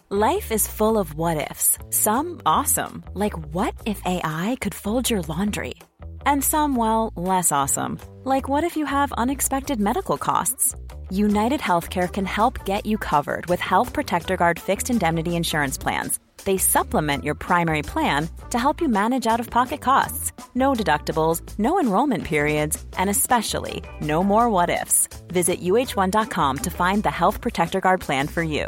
Life is full of what-ifs. Some awesome, like what if AI could fold your laundry? And some, well, less awesome, like what if you have unexpected medical costs? United Healthcare can help get you covered with Health Protector Guard fixed indemnity insurance plans. They supplement your primary plan to help you manage out-of-pocket costs. No deductibles, no enrollment periods, and especially no more what-ifs. Visit uh1.com to find the Health Protector Guard plan for you.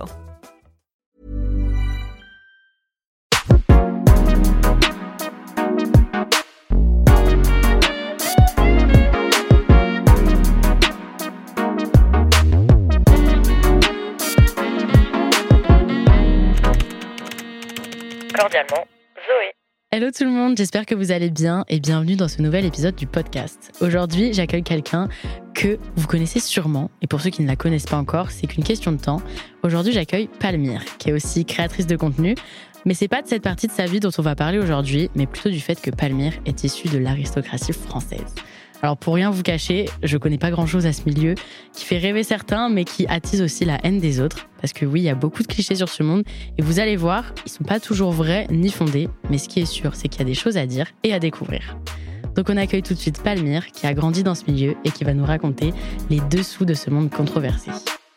Cordialement, Zoé. Hello tout le monde, j'espère que vous allez bien et bienvenue dans ce nouvel épisode du podcast. Aujourd'hui, j'accueille quelqu'un que vous connaissez sûrement, et pour ceux qui ne la connaissent pas encore, c'est qu'une question de temps. Aujourd'hui, j'accueille Palmyre, qui est aussi créatrice de contenu, mais c'est pas de cette partie de sa vie dont on va parler aujourd'hui, mais plutôt du fait que Palmyre est issue de l'aristocratie française. Alors pour rien vous cacher, je connais pas grand-chose à ce milieu, qui fait rêver certains, mais qui attise aussi la haine des autres. Parce que oui, il y a beaucoup de clichés sur ce monde, et vous allez voir, ils sont pas toujours vrais ni fondés, mais ce qui est sûr, c'est qu'il y a des choses à dire et à découvrir. Donc on accueille tout de suite Palmyre, qui a grandi dans ce milieu et qui va nous raconter les dessous de ce monde controversé.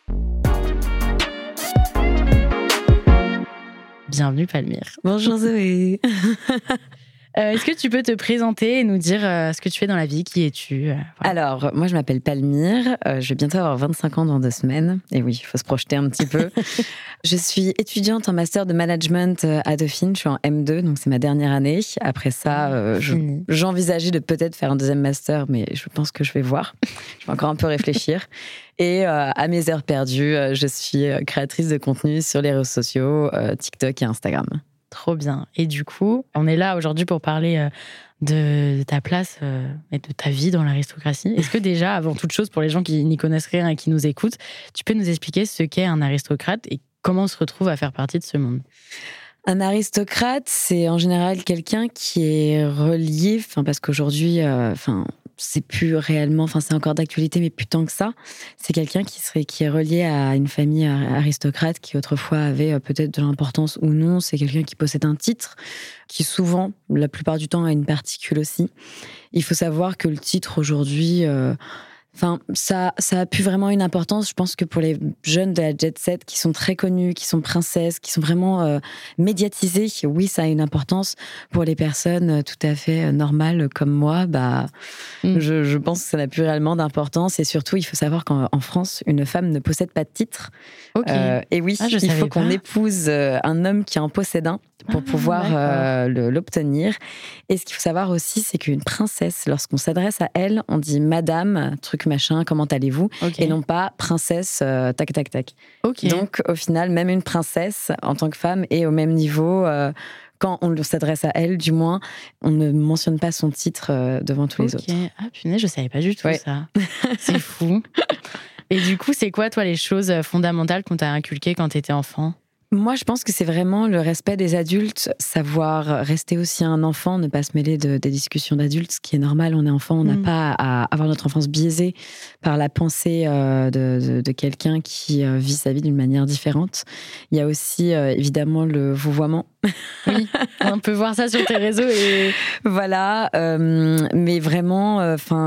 Bienvenue Palmyre. Bonjour Zoé. Est-ce que tu peux te présenter et nous dire ce que tu fais dans la vie, qui es-tu voilà. Alors, moi je m'appelle Palmyre, je vais bientôt avoir 25 ans dans 2 semaines. Et oui, il faut se projeter un petit peu. Je suis étudiante en master de management à Dauphine, je suis en M2, donc c'est ma dernière année. Après ça, j'envisageais de peut-être faire un deuxième master, mais je pense que je vais voir. Je vais encore un peu réfléchir. Et à mes heures perdues, je suis créatrice de contenu sur les réseaux sociaux, TikTok et Instagram. Trop bien. Et du coup, on est là aujourd'hui pour parler de ta place et de ta vie dans l'aristocratie. Est-ce que déjà, avant toute chose, pour les gens qui n'y connaissent rien et qui nous écoutent, tu peux nous expliquer ce qu'est un aristocrate et comment on se retrouve à faire partie de ce monde ? Un aristocrate, c'est en général quelqu'un qui est relié, parce qu'aujourd'hui, c'est plus réellement, c'est encore d'actualité, mais plus tant que ça. C'est quelqu'un qui est relié à une famille aristocrate qui autrefois avait peut-être de l'importance ou non. C'est quelqu'un qui possède un titre, qui souvent, la plupart du temps, a une particule aussi. Il faut savoir que le titre aujourd'hui, ça a plus vraiment une importance. Je pense que pour les jeunes de la jet set qui sont très connus, qui sont princesses, qui sont vraiment médiatisées, oui, ça a une importance. Pour les personnes tout à fait normales comme moi, je pense que ça n'a plus réellement d'importance. Et surtout, il faut savoir qu'en France, une femme ne possède pas de titre. Okay. Et oui, il faut qu'on épouse un homme qui en possède un pour pouvoir l'obtenir. Et ce qu'il faut savoir aussi, c'est qu'une princesse, lorsqu'on s'adresse à elle, on dit madame, truc machin, comment allez-vous ? Et non pas princesse, tac, tac, tac. Donc, au final, même une princesse, en tant que femme, est au même niveau. Quand on s'adresse à elle, du moins, on ne mentionne pas son titre devant tous les autres. Ah, punaise, je savais pas du tout ça. C'est fou. Et du coup, c'est quoi, toi, les choses fondamentales qu'on t'a inculquées quand t'étais enfant ? Moi, je pense que c'est vraiment le respect des adultes, savoir rester aussi un enfant, ne pas se mêler des discussions d'adultes, ce qui est normal, on est enfant, on n'a pas à avoir notre enfance biaisée par la pensée de quelqu'un qui vit sa vie d'une manière différente. Il y a aussi évidemment le vouvoiement. Oui, on peut voir ça sur tes réseaux. Et... Voilà, mais vraiment,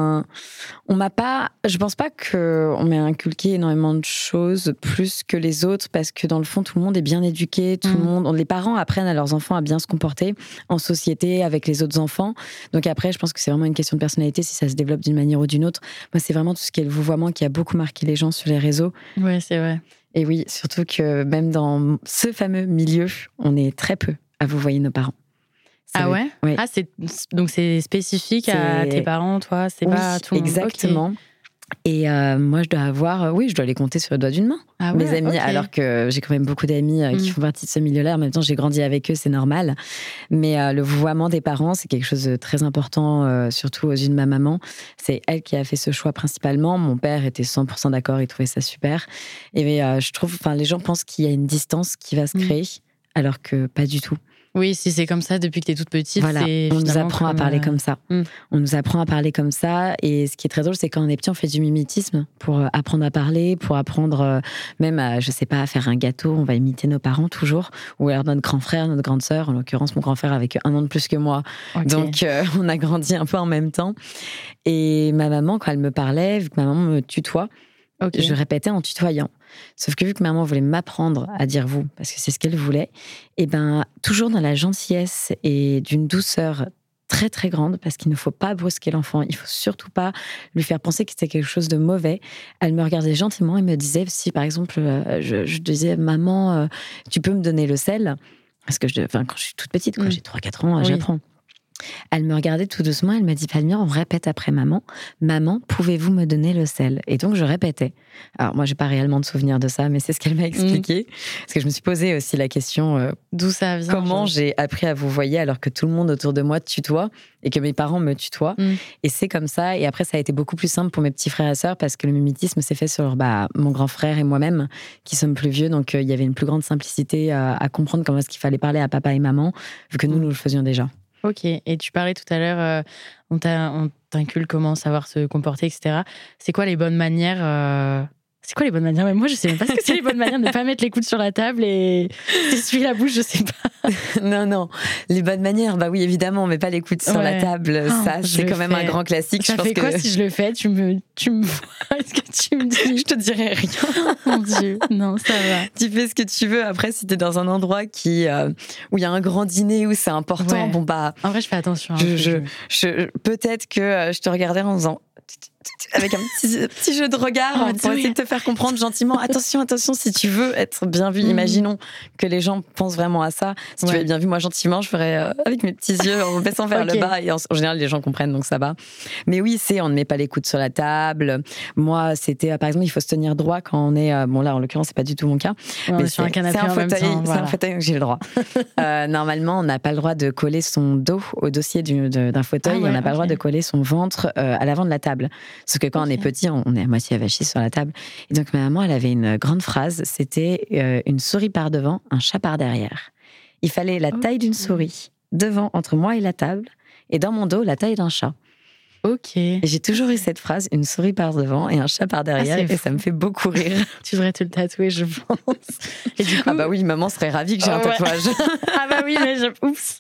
je pense pas qu'on m'ait inculqué énormément de choses plus que les autres, parce que dans le fond, tout le monde est bien éduqué, les parents apprennent à leurs enfants à bien se comporter en société avec les autres enfants. Donc après, je pense que c'est vraiment une question de personnalité, si ça se développe d'une manière ou d'une autre. Moi, c'est vraiment tout ce qui est le vouvoiement qui a beaucoup marqué les gens sur les réseaux. Ouais, c'est vrai. Et oui, surtout que même dans ce fameux milieu, on est très peu à vouvoyer nos parents. Ah ouais ? Oui. Ah, donc c'est spécifique à tes parents, toi ? C'est pas tout le monde ? Exactement. Okay. Et moi, je dois les compter sur le doigt d'une main. Ah ouais, mes amis, alors que j'ai quand même beaucoup d'amis qui font partie de ce milieu-là. En même temps, j'ai grandi avec eux, c'est normal. Mais le vouvoiement des parents, c'est quelque chose de très important, surtout aux yeux de ma maman. C'est elle qui a fait ce choix principalement. Mon père était 100% d'accord, il trouvait ça super. Et je trouve, les gens pensent qu'il y a une distance qui va se créer, alors que pas du tout. Oui, si c'est comme ça depuis que t'es toute petite, Voilà, c'est on nous finalement apprend à comme, parler comme ça. Mm. On nous apprend à parler comme ça. Et ce qui est très drôle, c'est quand on est petit, on fait du mimétisme pour apprendre à parler, pour apprendre même à, je sais pas, à faire un gâteau. On va imiter nos parents toujours. Ou alors notre grand frère, notre grande sœur. En l'occurrence, mon grand frère avec 1 an de plus que moi. Ok. Donc, on a grandi un peu en même temps. Et ma maman, quand elle me parlait, vu que ma maman me tutoie, Ok. je répétais en tutoyant. Sauf que vu que maman voulait m'apprendre à dire vous, parce que c'est ce qu'elle voulait, et ben toujours dans la gentillesse et d'une douceur très très grande, parce qu'il ne faut pas brusquer l'enfant, il faut surtout pas lui faire penser que c'était quelque chose de mauvais. Elle me regardait gentiment et me disait, si par exemple je disais maman, tu peux me donner le sel, parce que quand je suis toute petite, quand j'ai 3-4 ans, Oui. j'apprends. Elle me regardait tout doucement, elle m'a dit Palmyre, on répète après maman. Maman, pouvez-vous me donner le sel? Et donc je répétais. Alors moi, j'ai pas réellement de souvenir de ça, mais c'est ce qu'elle m'a expliqué. Parce que je me suis posé aussi la question D'où ça vient? comment j'ai appris à vous voyer alors que tout le monde autour de moi tutoie et que mes parents me tutoient. Et c'est comme ça. Et après, ça a été beaucoup plus simple pour mes petits frères et sœurs parce que le mimétisme s'est fait sur mon grand frère et moi-même qui sommes plus vieux. Donc il y avait une plus grande simplicité à comprendre comment est-ce qu'il fallait parler à papa et maman, vu que nous le faisions déjà. Ok, et tu parlais tout à l'heure, on t'inculque comment savoir se comporter, etc. C'est quoi les bonnes manières C'est quoi les bonnes manières? Mais moi, je sais même pas ce que c'est les bonnes manières de ne pas mettre les coudes sur la table et essuyer la bouche, je sais pas. Non. Les bonnes manières, bah oui, évidemment, on met pas les coudes sur la table. Ça, c'est quand même un grand classique. Ça fait quoi si je le fais? Tu me vois? Est-ce que tu me dis? Je te dirais rien. Oh mon Dieu, non, ça va. Tu fais ce que tu veux. Après, si t'es dans un endroit où il y a un grand dîner, où c'est important, bon bah. En vrai, je fais attention. Peut-être que je te regarderai en faisant avec un petit jeu de regard pour essayer de te faire comprendre gentiment. Attention, si tu veux être bien vu, imaginons que les gens pensent vraiment à ça. Si tu veux être bien vu, moi gentiment, je ferais avec mes petits yeux en me baissant vers le bas. Et en général, les gens comprennent, donc ça va. Mais oui, on ne met pas les coudes sur la table. Moi, c'était par exemple, il faut se tenir droit quand on est. Bon là, en l'occurrence, c'est pas du tout mon cas. Mais sur un canapé en même temps. C'est un fauteuil, j'ai le droit. Normalement, on n'a pas le droit de coller son dos au dossier d'un fauteuil. Et on n'a pas le droit de coller son ventre à l'avant de la table. Sauf que quand on est petit, on est à moitié avachi sur la table. Et donc ma maman, elle avait une grande phrase, c'était une souris par devant, un chat par derrière. Il fallait la taille d'une souris devant, entre moi et la table, et dans mon dos, la taille d'un chat. Ok. Et j'ai toujours eu cette phrase, une souris par devant et un chat par derrière, et ça me fait beaucoup rire. Tu devrais te le tatouer, je pense. Et du coup... Ah bah oui, maman serait ravie que j'ai un tatouage. Ah bah oui, mais oups.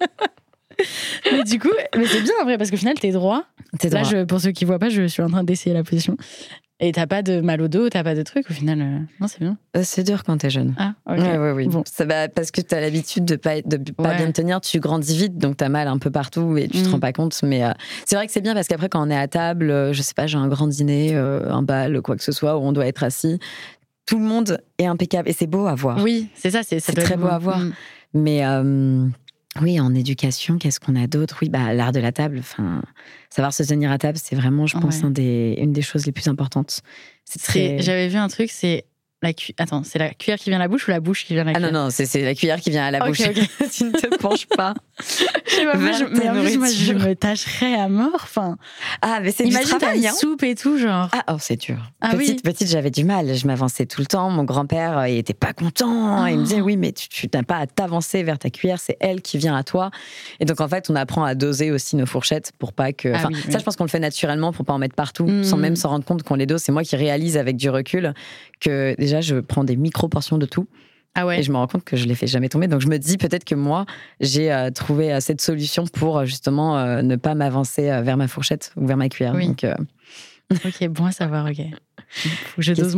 Mais du coup, c'est bien en vrai, parce qu'au final, t'es droit. Là, pour ceux qui voient pas, je suis en train d'essayer la position. Et t'as pas de mal au dos, t'as pas de truc, au final. Non, c'est bien. C'est dur quand t'es jeune. Ah, ok. Oui. Bon. Ça va, parce que t'as l'habitude de pas bien tenir, tu grandis vite, donc t'as mal un peu partout et tu te rends pas compte. Mais c'est vrai que c'est bien parce qu'après, quand on est à table, je sais pas, j'ai un grand dîner, un bal, quoi que ce soit, où on doit être assis, tout le monde est impeccable et c'est beau à voir. Oui, c'est ça, c'est très beau à voir. Mais oui, en éducation, qu'est-ce qu'on a d'autre? Oui, l'art de la table. Savoir se tenir à table, c'est vraiment, je pense, une des choses les plus importantes. J'avais vu un truc, c'est Attends, c'est la cuillère qui vient à la bouche ou la bouche qui vient à la cuillère? Ah non, c'est la cuillère qui vient à la bouche. Okay. Tu ne te penches pas. Mais en plus, moi, je me tâcherais à mort. Mais c'est du travail. Imagine soupe et tout, genre. C'est dur. Petite, j'avais du mal. Je m'avançais tout le temps. Mon grand-père, il était pas content. Il me disait, oui, mais tu n'as pas à t'avancer vers ta cuillère. C'est elle qui vient à toi. Et donc, en fait, on apprend à doser aussi nos fourchettes pour pas que... Ça, je pense qu'on le fait naturellement pour pas en mettre partout, sans même s'en rendre compte qu'on les dose. C'est moi qui réalise avec du recul que déjà, je prends des micro-portions de tout. Ah ouais. Et je me rends compte que je les fais jamais tomber. Donc je me dis peut-être que moi, j'ai trouvé cette solution pour justement ne pas m'avancer vers ma fourchette ou vers ma cuillère. Oui. Donc, ok, bon à savoir, ok. Faut que je dose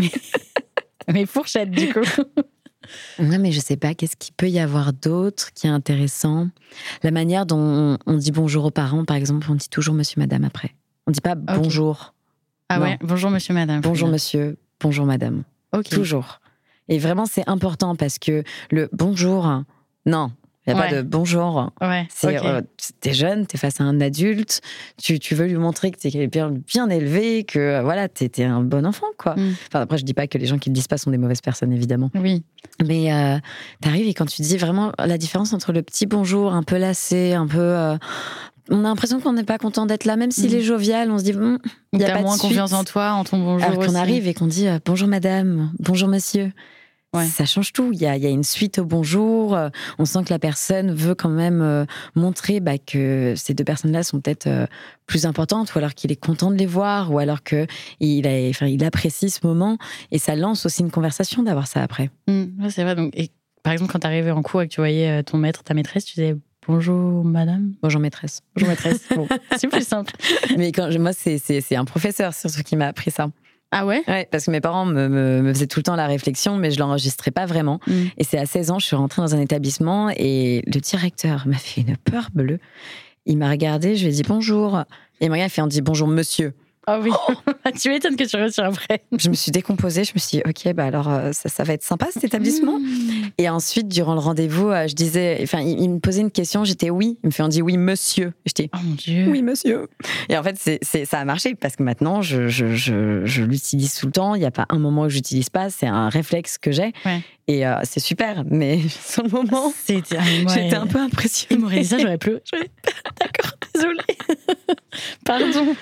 mes fourchettes, du coup. Non, mais je sais pas, qu'est-ce qu'il peut y avoir d'autre qui est intéressant? La manière dont on dit bonjour aux parents, par exemple, on dit toujours monsieur, madame après. On dit pas bonjour. Ah non. Ouais, bonjour monsieur, madame. Bonjour monsieur, bonjour madame. Okay. Toujours. Et vraiment, c'est important parce que le bonjour, non, il n'y a pas de bonjour. Ouais, t'es jeune, t'es face à un adulte, tu veux lui montrer que t'es bien élevé, que voilà, t'es un bon enfant, quoi. Après, je dis pas que les gens qui le disent pas sont des mauvaises personnes, évidemment. Oui. Mais t'arrives et quand tu dis vraiment la différence entre le petit bonjour un peu lassé, un peu... on a l'impression qu'on n'est pas content d'être là, même s'il est jovial, on se dit, il y a pas de moins suite. Confiance en toi, en ton bonjour. Alors qu'on arrive et qu'on dit bonjour madame, bonjour monsieur. Ouais. Ça change tout. Il y a une suite au bonjour. On sent que la personne veut quand même montrer que ces deux personnes-là sont peut-être plus importantes, ou alors qu'il est content de les voir, ou alors qu'il apprécie ce moment. Et ça lance aussi une conversation d'avoir ça après. Ouais, c'est vrai. Donc, et, par exemple, quand tu arrivais en cours et que tu voyais ton maître, ta maîtresse, tu disais bonjour madame. Bonjour maîtresse. Bonjour maîtresse. Bon, c'est plus simple. Mais moi, c'est un professeur surtout qui m'a appris ça. Ah ouais? Ouais, parce que mes parents me faisaient tout le temps la réflexion, mais je l'enregistrais pas vraiment. Et c'est à 16 ans, je suis rentrée dans un établissement et le directeur m'a fait une peur bleue. Il m'a regardé, je lui ai dit bonjour. Et il m'a regardé, on dit bonjour monsieur. Ah oui, tu m'étonnes que tu retires après. Je me suis décomposée, je me suis dit, ok, alors ça va être sympa cet établissement. Et ensuite, durant le rendez-vous, je disais, il me posait une question, j'étais oui. Il me fait, on dit oui monsieur. J'étais, oh mon Dieu. Oui monsieur. Et en fait, ça a marché parce que maintenant, je l'utilise tout le temps. Il n'y a pas un moment où je l'utilise pas, c'est un réflexe que j'ai. Ouais. Et c'est super, mais sur le moment, j'étais un peu impressionnée. Il m'aurait dit ça, j'aurais pleuré. D'accord, désolée. Pardon.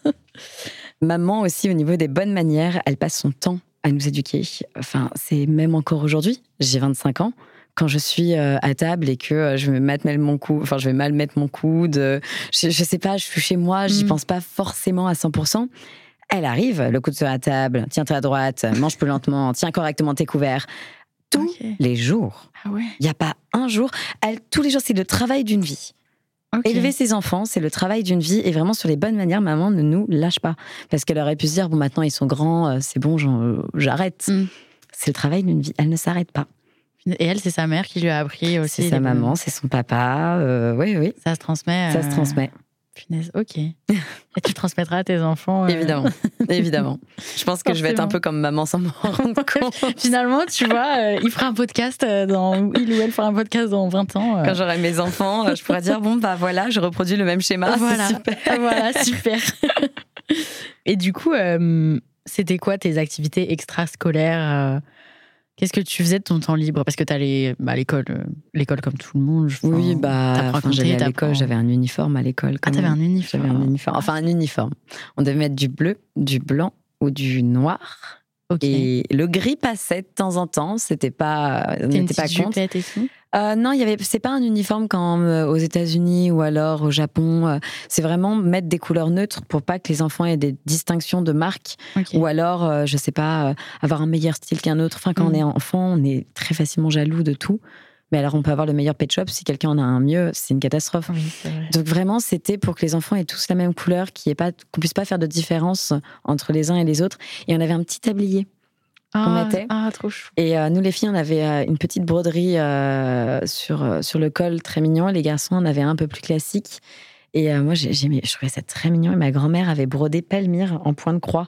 Maman aussi, au niveau des bonnes manières, elle passe son temps à nous éduquer. C'est même encore aujourd'hui, j'ai 25 ans, quand je suis à table et que je vais mal mettre mon coude, je sais pas, je suis chez moi, j'y pense pas forcément à 100%. Elle arrive, le coude sur la table, tiens-toi à droite, mange plus lentement, tiens correctement tes couverts. Tous les jours. Ah ouais. Il n'y a pas un jour. Tous les jours, c'est le travail d'une vie. Okay. Élever ses enfants, c'est le travail d'une vie. Et vraiment, sur les bonnes manières, maman ne nous lâche pas. Parce qu'elle aurait pu se dire, bon, maintenant, ils sont grands, c'est bon, j'arrête. C'est le travail d'une vie. Elle ne s'arrête pas. Et elle, c'est sa mère qui lui a appris aussi. C'est sa maman, c'est son papa. Oui. Ça se transmet. Ça se transmet. Punaise, ok. Et tu transmettras à tes enfants. Évidemment. Je pense que je vais être un peu comme maman sans m'en rendre compte. Finalement, tu vois, il fera un podcast il ou elle fera un podcast dans 20 ans. Quand j'aurai mes enfants, je pourrai dire, bon, voilà, je reproduis le même schéma. Voilà, c'est super. Voilà, super. Et du coup, c'était quoi tes activités extrascolaires Qu'est-ce que tu faisais de ton temps libre? Parce que tu allais à l'école comme tout le monde. Oui, j'allais à l'école, j'avais un uniforme à l'école. Ah, t'avais un uniforme? J'avais un uniforme. Enfin, un uniforme. On devait mettre du bleu, du blanc ou du noir. Okay. Et le gris passait de temps en temps. On n'était pas contre. Et tout non, c'est pas un uniforme comme aux États-Unis ou alors au Japon. C'est vraiment mettre des couleurs neutres pour pas que les enfants aient des distinctions de marque. Okay. Ou alors, je sais pas, avoir un meilleur style qu'un autre. Enfin, quand on est enfant, on est très facilement jaloux de tout. Mais alors, on peut avoir le meilleur pet shop. Si quelqu'un en a un mieux, c'est une catastrophe. Oui, c'est vrai. Donc vraiment, c'était pour que les enfants aient tous la même couleur, qu'on puisse pas faire de différence entre les uns et les autres. Et on avait un petit tablier qu'on mettait. Ah, trop chou. Et nous, les filles, on avait une petite broderie sur le col, très mignon. Les garçons, on avait un peu plus classique. Et moi, je trouvais ça très mignon. Et ma grand-mère avait brodé Palmyre en point de croix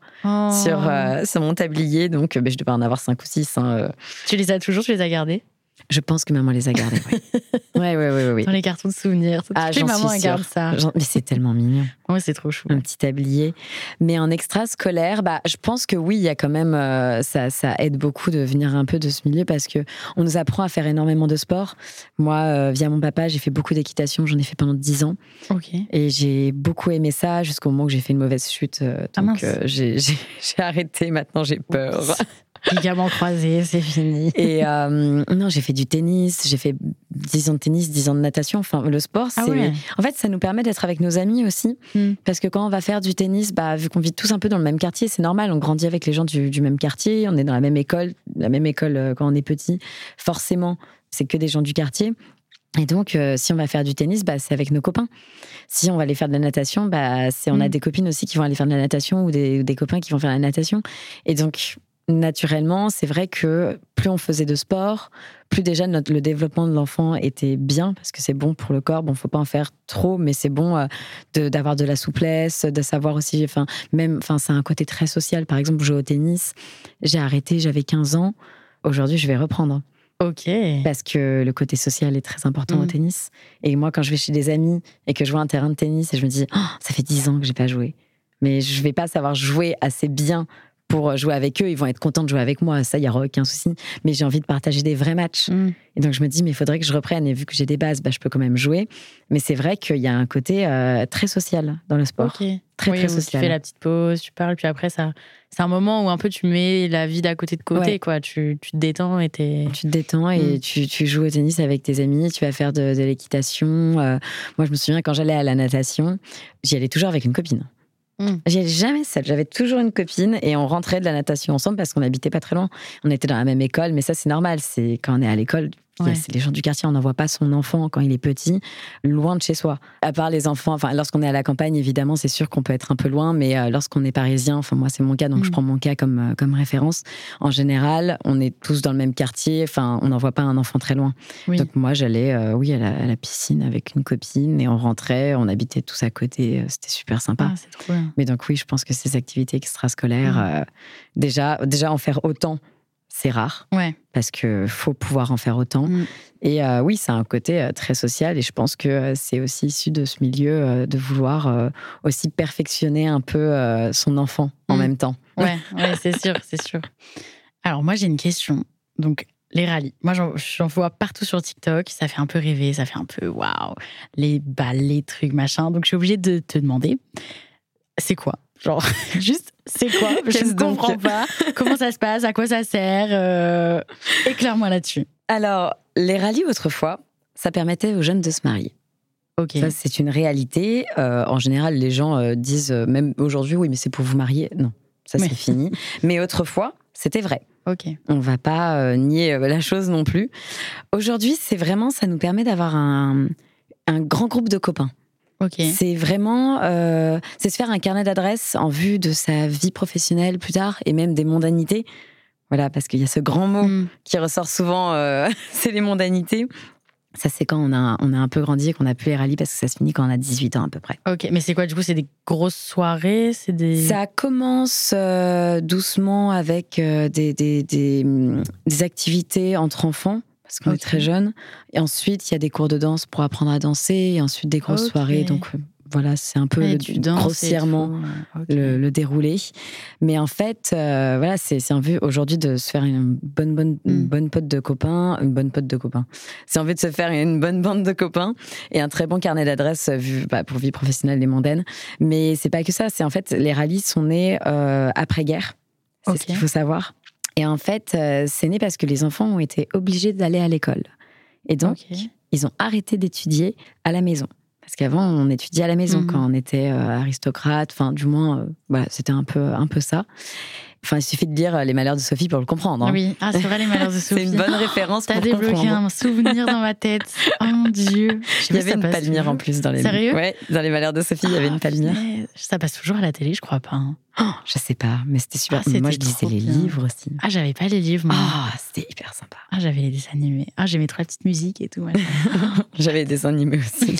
sur mon tablier. Donc, je devais en avoir 5 ou 6. Tu les as toujours? Tu les as gardés? Je pense que maman les a gardés, oui. Oui. Dans les cartons de souvenirs. Maman garde ça. Mais c'est tellement mignon. Ouais, c'est trop chou. Un petit tablier. Mais en extra-scolaire, je pense que oui, il y a quand même... ça aide beaucoup de venir un peu de ce milieu parce qu'on nous apprend à faire énormément de sport. Moi, via mon papa, j'ai fait beaucoup d'équitation. J'en ai fait pendant 10 ans. Okay. Et j'ai beaucoup aimé ça jusqu'au moment où j'ai fait une mauvaise chute. Donc, j'ai arrêté. Maintenant, j'ai peur. Ligaments croisés, c'est fini. Et non, j'ai fait du tennis, j'ai fait 10 ans de tennis, 10 ans de natation. Enfin, le sport, en fait, ça nous permet d'être avec nos amis aussi. Parce que quand on va faire du tennis, vu qu'on vit tous un peu dans le même quartier, c'est normal, on grandit avec les gens du même quartier, on est dans la même école quand on est petit. Forcément, c'est que des gens du quartier. Et donc, si on va faire du tennis, c'est avec nos copains. Si on va aller faire de la natation, on a des copines aussi qui vont aller faire de la natation ou des copains qui vont faire la natation. Et donc... naturellement, c'est vrai que plus on faisait de sport, plus déjà le développement de l'enfant était bien, parce que c'est bon pour le corps. Bon, faut pas en faire trop, mais c'est bon d'avoir de la souplesse, de savoir aussi, c'est un côté très social. Par exemple, jouer au tennis, j'ai arrêté, j'avais 15 ans. Aujourd'hui, je vais reprendre. Ok. Parce que le côté social est très important au tennis. Et moi, quand je vais chez des amis et que je vois un terrain de tennis et je me dis, ça fait 10 ans que j'ai pas joué. Mais je vais pas savoir jouer assez bien pour jouer avec eux. Ils vont être contents de jouer avec moi, ça, il n'y aura aucun souci. Mais j'ai envie de partager des vrais matchs. Et donc, je me dis, mais il faudrait que je reprenne. Et vu que j'ai des bases, je peux quand même jouer. Mais c'est vrai qu'il y a un côté très social dans le sport. Ok. Très où social. Tu fais la petite pause, tu parles, puis après, ça, c'est un moment où un peu tu mets la vie d'à côté de côté, Ouais. quoi. Tu te détends et t'es... Tu te détends et tu joues au tennis avec tes amis, tu vas faire de l'équitation. Moi, je me souviens, quand j'allais à la natation, j'y allais toujours avec une copine. J'y allais jamais seule, j'avais toujours une copine et on rentrait de la natation ensemble parce qu'on n'habitait pas très loin. On était dans la même école, mais ça, c'est normal. C'est quand on est à l'école, c'est les gens du quartier, on n'envoie pas son enfant quand il est petit loin de chez soi. À part les enfants, lorsqu'on est à la campagne, évidemment, c'est sûr qu'on peut être un peu loin, mais lorsqu'on est parisien, moi, c'est mon cas, donc je prends mon cas comme référence. En général, on est tous dans le même quartier, on n'envoie pas un enfant très loin. Oui. Donc moi, j'allais à la piscine avec une copine et on rentrait, on habitait tous à côté, c'était super sympa. Ah, c'est trop bien. Mais donc oui, je pense que ces activités extrascolaires, déjà en faire autant, c'est rare. Ouais. Parce qu'il faut pouvoir en faire autant. Et oui, c'est un côté très social. Et je pense que c'est aussi issu de ce milieu de vouloir aussi perfectionner un peu son enfant en même temps. Ouais, c'est sûr, c'est sûr. Alors moi, j'ai une question. Donc, les rallyes. Moi, j'en vois partout sur TikTok. Ça fait un peu rêver, ça fait un peu waouh. Les balles, les trucs, machin. Donc, je suis obligée de te demander, c'est quoi ? Genre, juste, c'est quoi ? Je ne comprends pas. Comment ça se passe ? À quoi ça sert ? Éclaire-moi là-dessus. Alors, les rallyes, autrefois, ça permettait aux jeunes de se marier. Ok. Ça, c'est une réalité. En général, les gens disent, même aujourd'hui, oui, mais c'est pour vous marier. Non, ça, c'est fini. Mais autrefois, c'était vrai. Ok. On ne va pas nier la chose non plus. Aujourd'hui, c'est vraiment, ça nous permet d'avoir un grand groupe de copains. Okay. C'est vraiment c'est se faire un carnet d'adresses en vue de sa vie professionnelle plus tard et même des mondanités. Voilà, parce qu'il y a ce grand mot qui ressort souvent, c'est les mondanités. Ça, c'est quand on a un peu grandi et qu'on a plus les rallyes parce que ça se finit quand on a 18 ans à peu près. Ok, mais c'est quoi du coup ? C'est des grosses soirées ? Ça commence doucement avec des activités entre enfants. Parce qu'on est très jeunes. Et ensuite, il y a des cours de danse pour apprendre à danser. Et ensuite, des grosses soirées. Donc, voilà, c'est un peu grossièrement le déroulé. Mais en fait, voilà, c'est en vue aujourd'hui de se faire une bonne pote de copains. Une bonne pote de copains. C'est en vue de se faire une bonne bande de copains. Et un très bon carnet d'adresses pour vie professionnelle et mondaine. Mais c'est pas que ça. C'est en fait, les rallyes sont nés après-guerre. C'est ce qu'il faut savoir. Et en fait, c'est né parce que les enfants ont été obligés d'aller à l'école. Et donc, ils ont arrêté d'étudier à la maison. Parce qu'avant, on étudiait à la maison quand on était aristocrate. Enfin, du moins, voilà, c'était un peu ça. Enfin, il suffit de lire Les Malheurs de Sophie pour le comprendre. Hein. Oui, c'est vrai, Les Malheurs de Sophie. C'est une bonne référence pour comprendre. T'as débloqué un souvenir dans ma tête. Oh mon Dieu. Il y avait une palmyre en plus dans les... Sérieux ? Ouais, dans Les Malheurs de Sophie, il y avait une palmyre. Ça passe toujours à la télé, je crois pas. Hein. Oh, je sais pas, mais c'était super. Moi, je lisais les livres aussi. Ah, j'avais pas les livres, moi. C'était hyper sympa. Ah, j'avais les dessins animés. Ah, j'aimais trop la petite musique et tout. J'avais les dessins animés aussi.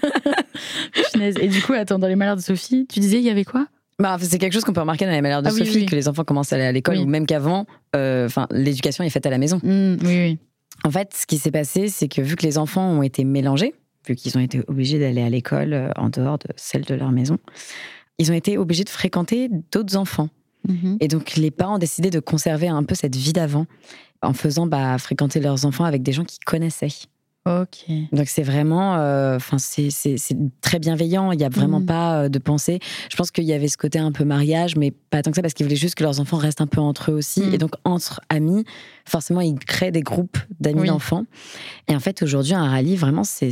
Punaise. Et du coup, attends, dans Les Malheurs de Sophie, tu disais, il y avait quoi ? C'est quelque chose qu'on peut remarquer dans Les Malheurs de Sophie, que les enfants commencent à aller à l'école, ou même qu'avant, l'éducation est faite à la maison. Oui. En fait, ce qui s'est passé, c'est que vu que les enfants ont été mélangés, vu qu'ils ont été obligés d'aller à l'école en dehors de celle de leur maison, ils ont été obligés de fréquenter d'autres enfants. Et donc, les parents ont décidé de conserver un peu cette vie d'avant en faisant fréquenter leurs enfants avec des gens qu'ils connaissaient. Ok. Donc c'est vraiment, c'est très bienveillant. Il y a vraiment pas de pensée. Je pense qu'il y avait ce côté un peu mariage, mais pas tant que ça parce qu'ils voulaient juste que leurs enfants restent un peu entre eux aussi. Et donc entre amis, forcément, ils créent des groupes d'amis d'enfants. Et en fait, aujourd'hui, un rallye, vraiment, c'est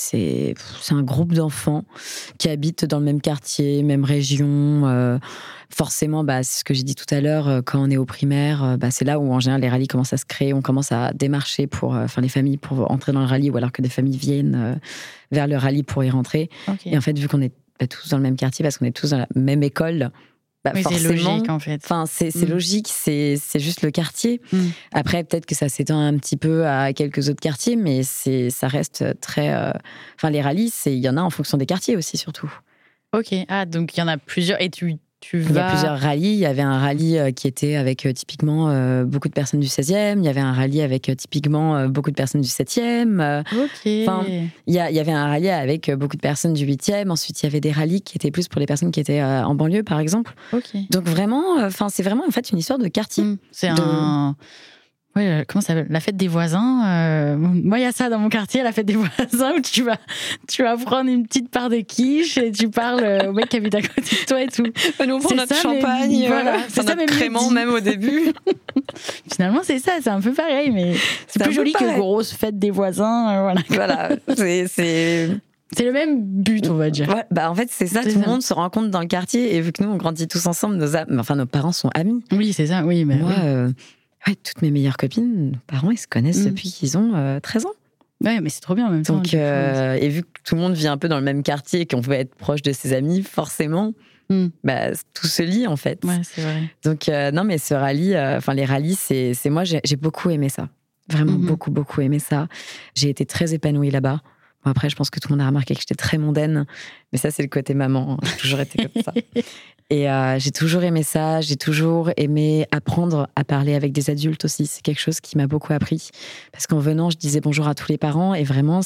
un groupe d'enfants qui habitent dans le même quartier, même région. Forcément, c'est ce que j'ai dit tout à l'heure, quand on est au primaire, c'est là où en général les rallyes commencent à se créer, on commence à démarcher pour, les familles pour entrer dans le rallye, ou alors que des familles viennent vers le rallye pour y rentrer. Okay. Et en fait, vu qu'on est tous dans le même quartier, parce qu'on est tous dans la même école, forcément, c'est logique en fait. C'est logique, c'est juste le quartier. Après, peut-être que ça s'étend un petit peu à quelques autres quartiers, mais ça reste très... les rallyes, il y en a en fonction des quartiers aussi, surtout. Ok, donc il y en a plusieurs, et tu Il y a plusieurs rallyes. Il y avait un rallye qui était avec typiquement beaucoup de personnes du 16e. Il y avait un rallye avec typiquement beaucoup de personnes du 7e. Ok. Il y avait un rallye avec beaucoup de personnes du 8e. Ensuite, il y avait des rallyes qui étaient plus pour les personnes qui étaient en banlieue, par exemple. Ok. Donc vraiment, c'est vraiment en fait une histoire de quartier. C'est un... Ouais, comment ça s'appelle ? La fête des voisins. Moi, il y a ça dans mon quartier, la fête des voisins, où tu vas prendre une petite part de quiche et tu parles au mec qui habite à côté de toi et tout. Nous, on prend notre champagne, c'est ça, notre crément même au début. Finalement, c'est ça, c'est un peu pareil, mais c'est plus joli que grosse fête des voisins. Voilà, c'est le même but, on va dire. Ouais, bah en fait, c'est ça, tout le monde se rencontre dans le quartier, et vu que nous, on grandit tous ensemble, nos parents sont amis. Oui, c'est ça, oui. Mais moi, toutes mes meilleures copines, nos parents, ils se connaissent depuis qu'ils ont 13 ans. Ouais, mais c'est trop bien en même temps. Donc, et vu que tout le monde vit un peu dans le même quartier et qu'on veut être proche de ses amis, forcément, tout se lie en fait. Ouais, c'est vrai. Donc, non, mais ce rallye, les rallyes, c'est moi, j'ai beaucoup aimé ça. Vraiment beaucoup, beaucoup aimé ça. J'ai été très épanouie là-bas. Bon, après, je pense que tout le monde a remarqué que j'étais très mondaine, mais ça, c'est le côté maman. J'ai toujours été comme ça. Et j'ai toujours aimé ça. J'ai toujours aimé apprendre à parler avec des adultes aussi. C'est quelque chose qui m'a beaucoup appris. Parce qu'en venant, je disais bonjour à tous les parents. Et vraiment,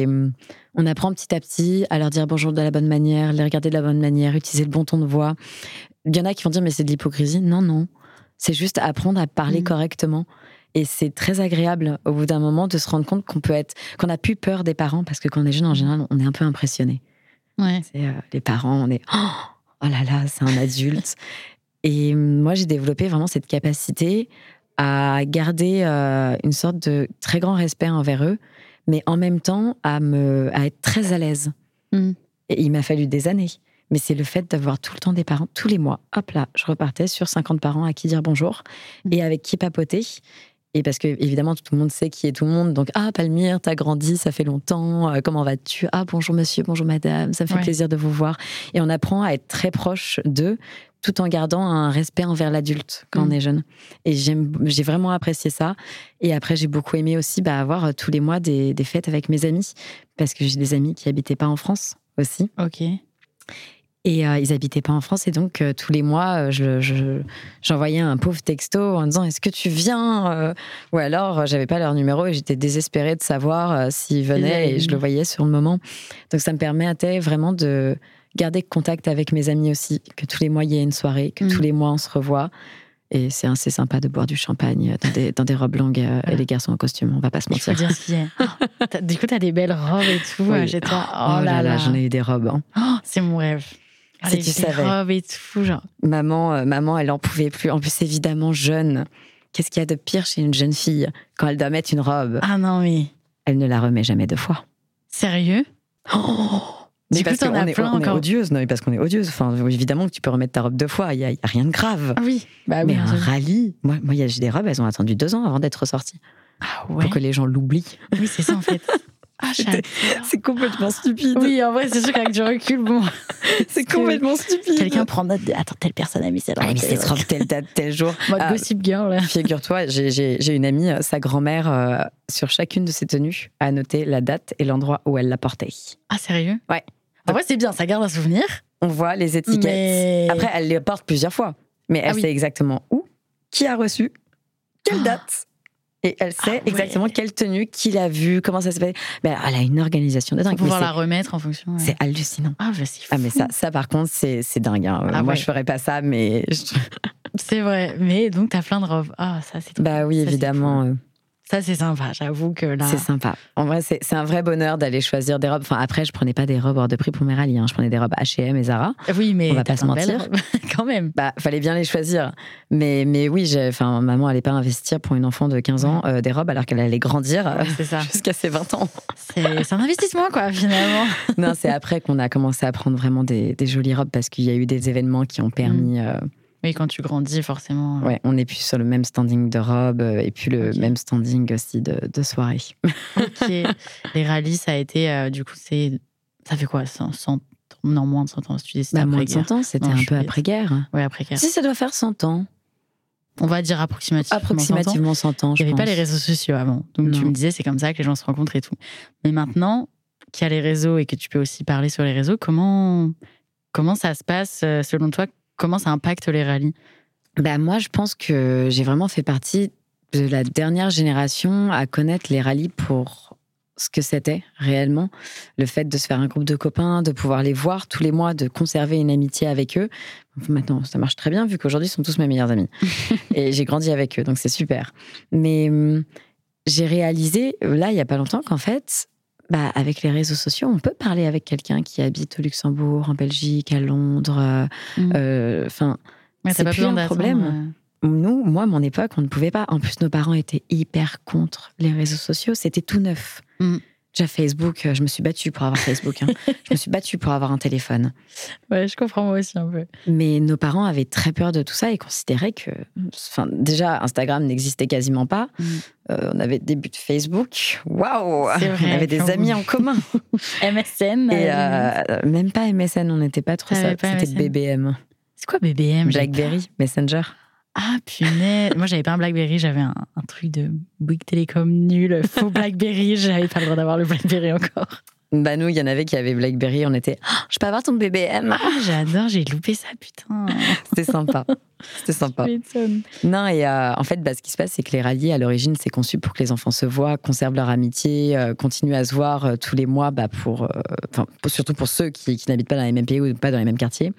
on apprend petit à petit à leur dire bonjour de la bonne manière, les regarder de la bonne manière, utiliser le bon ton de voix. Il y en a qui vont dire, mais c'est de l'hypocrisie. Non, non. C'est juste apprendre à parler correctement. Et c'est très agréable, au bout d'un moment, de se rendre compte qu'on a plus peur des parents, parce que quand on est jeune, en général, on est un peu impressionné. Ouais. Les parents, on est oh là là, c'est un adulte. Et moi, j'ai développé vraiment cette capacité à garder une sorte de très grand respect envers eux, mais en même temps à être très à l'aise. Et il m'a fallu des années. Mais c'est le fait d'avoir tout le temps des parents, tous les mois. Hop là, je repartais sur 50 parents à qui dire bonjour et avec qui papoter. Et parce que, évidemment, tout le monde sait qui est tout le monde. Donc, Palmyre, t'as grandi, ça fait longtemps. Comment vas-tu ? Bonjour monsieur, bonjour madame, ça me fait plaisir de vous voir. Et on apprend à être très proche d'eux, tout en gardant un respect envers l'adulte quand on est jeune. Et j'ai vraiment apprécié ça. Et après, j'ai beaucoup aimé aussi avoir tous les mois des fêtes avec mes amis. Parce que j'ai des amis qui n'habitaient pas en France aussi. Ok. Et ils n'habitaient pas en France, et donc tous les mois, j'envoyais un pauvre texto en disant « Est-ce que tu viens ?» Ou alors, j'avais pas leur numéro et j'étais désespérée de savoir s'ils venaient, et je le voyais sur le moment. Donc ça me permettait vraiment de garder contact avec mes amis aussi, que tous les mois, il y ait une soirée, que tous les mois, on se revoit. Et c'est assez sympa de boire du champagne dans des robes longues et les garçons en costume, on va pas se mentir. Il faut dire ce qu'il y a. Du coup, t'as des belles robes et tout. Oui. J'étais oh là là, j'en ai eu des robes. C'est mon rêve. Si tu savais. Robes et tout, genre. Maman, elle en pouvait plus. En plus, évidemment, jeune. Qu'est-ce qu'il y a de pire chez une jeune fille quand elle doit mettre une robe ? Ah non, mais... Elle ne la remet jamais 2 fois. Sérieux ? Mais parce qu'on est odieuse. Non, mais parce qu'on est odieuse. Enfin, évidemment que tu peux remettre ta robe 2 fois. Il y a rien de grave. Ah oui. Mais un rallye. Moi, j'ai des robes, elles ont attendu 2 ans avant d'être sorties. Ah ouais. Pour que les gens l'oublient. Oui, c'est ça en fait. C'est complètement stupide. Oui, en vrai, c'est sûr qu'avec du recul, bon. C'est complètement stupide. Quelqu'un prend note de. Attends, telle personne a mis cette robe. Elle a mis cette robe telle date, tel jour. Moi, Gossip Girl, là. Figure-toi, j'ai une amie, sa grand-mère, sur chacune de ses tenues, a noté la date et l'endroit où elle la portait. Ah, sérieux ? Ouais. En vrai, c'est bien, ça garde un souvenir. On voit les étiquettes. Mais... Après, elle les porte plusieurs fois. Mais elle sait exactement où, qui a reçu, quelle date. Et elle sait exactement quelle tenue, qui l'a vue, comment ça s'appelle. Elle a une organisation de dingue. Pour pouvoir la remettre en fonction. C'est hallucinant. Ah, c'est fou. Mais ça, par contre, c'est dingue. Hein. Moi, je ferais pas ça, mais... C'est vrai. Mais donc, t'as plein de robes. Ah, ça, c'est trop. Bah oui, ça, évidemment. Ça, c'est sympa. J'avoue que là... C'est sympa. En vrai, c'est un vrai bonheur d'aller choisir des robes. Enfin, après, je prenais pas des robes hors de prix pour mes rallyes. Hein. Je prenais des robes H&M et Zara. Oui, mais on va pas se mentir. Quand même. Fallait bien les choisir. Mais oui, maman allait pas investir pour une enfant de 15 ans des robes alors qu'elle allait grandir jusqu'à ses 20 ans. C'est un investissement, quoi, finalement. Non, c'est après qu'on a commencé à prendre vraiment des jolies robes parce qu'il y a eu des événements qui ont permis... Oui, quand tu grandis, forcément. Ouais, on n'est plus sur le même standing de robe et puis le même standing aussi de soirée. Ok. Les rallyes, ça a été, du coup, ça fait quoi, 100 non, moins de 100 ans, si tu dis c'était moins de 100 ans, c'était un peu après-guerre. Oui, après-guerre. Si, ça doit faire 100 ans. On va dire approximativement 100 ans, Il n'y avait pas les réseaux sociaux avant. Donc tu me disais, c'est comme ça que les gens se rencontrent et tout. Mais maintenant qu'il y a les réseaux et que tu peux aussi parler sur les réseaux, comment ça se passe selon toi comment ça impacte les rallyes? Moi, je pense que j'ai vraiment fait partie de la dernière génération à connaître les rallyes pour ce que c'était réellement. Le fait de se faire un groupe de copains, de pouvoir les voir tous les mois, de conserver une amitié avec eux. Maintenant, ça marche très bien vu qu'aujourd'hui, ils sont tous mes meilleurs amis. Et j'ai grandi avec eux, donc c'est super. Mais j'ai réalisé, là, il n'y a pas longtemps, qu'en fait, avec les réseaux sociaux, on peut parler avec quelqu'un qui habite au Luxembourg, en Belgique, à Londres. C'est plus un problème. Nous, moi, à mon époque, on ne pouvait pas. En plus, nos parents étaient hyper contre les réseaux sociaux. C'était tout neuf. Déjà, Facebook, je me suis battue pour avoir Facebook. Je me suis battue pour avoir un téléphone. Ouais, je comprends moi aussi un peu. Mais nos parents avaient très peur de tout ça et considéraient que... déjà, Instagram n'existait quasiment pas. On avait le début de Facebook. Waouh! On avait des amis en commun. MSN. Et même pas MSN, on n'était pas trop ça. C'était MSN. BBM. C'est quoi BBM? Blackberry, Messenger. Ah, punaise. Moi, j'avais pas un Blackberry, j'avais un truc de Bouygues Télécom nul, faux Blackberry. J'avais pas le droit d'avoir le Blackberry encore. Nous, il y en avait qui avaient Blackberry. On était, je peux avoir ton BBM? J'adore, j'ai loupé ça, putain. C'était sympa. Non, et en fait, ce qui se passe, c'est que les rallyes, à l'origine, c'est conçu pour que les enfants se voient, conservent leur amitié, continuent à se voir tous les mois, surtout pour ceux qui n'habitent pas dans les mêmes pays ou pas dans les mêmes quartiers.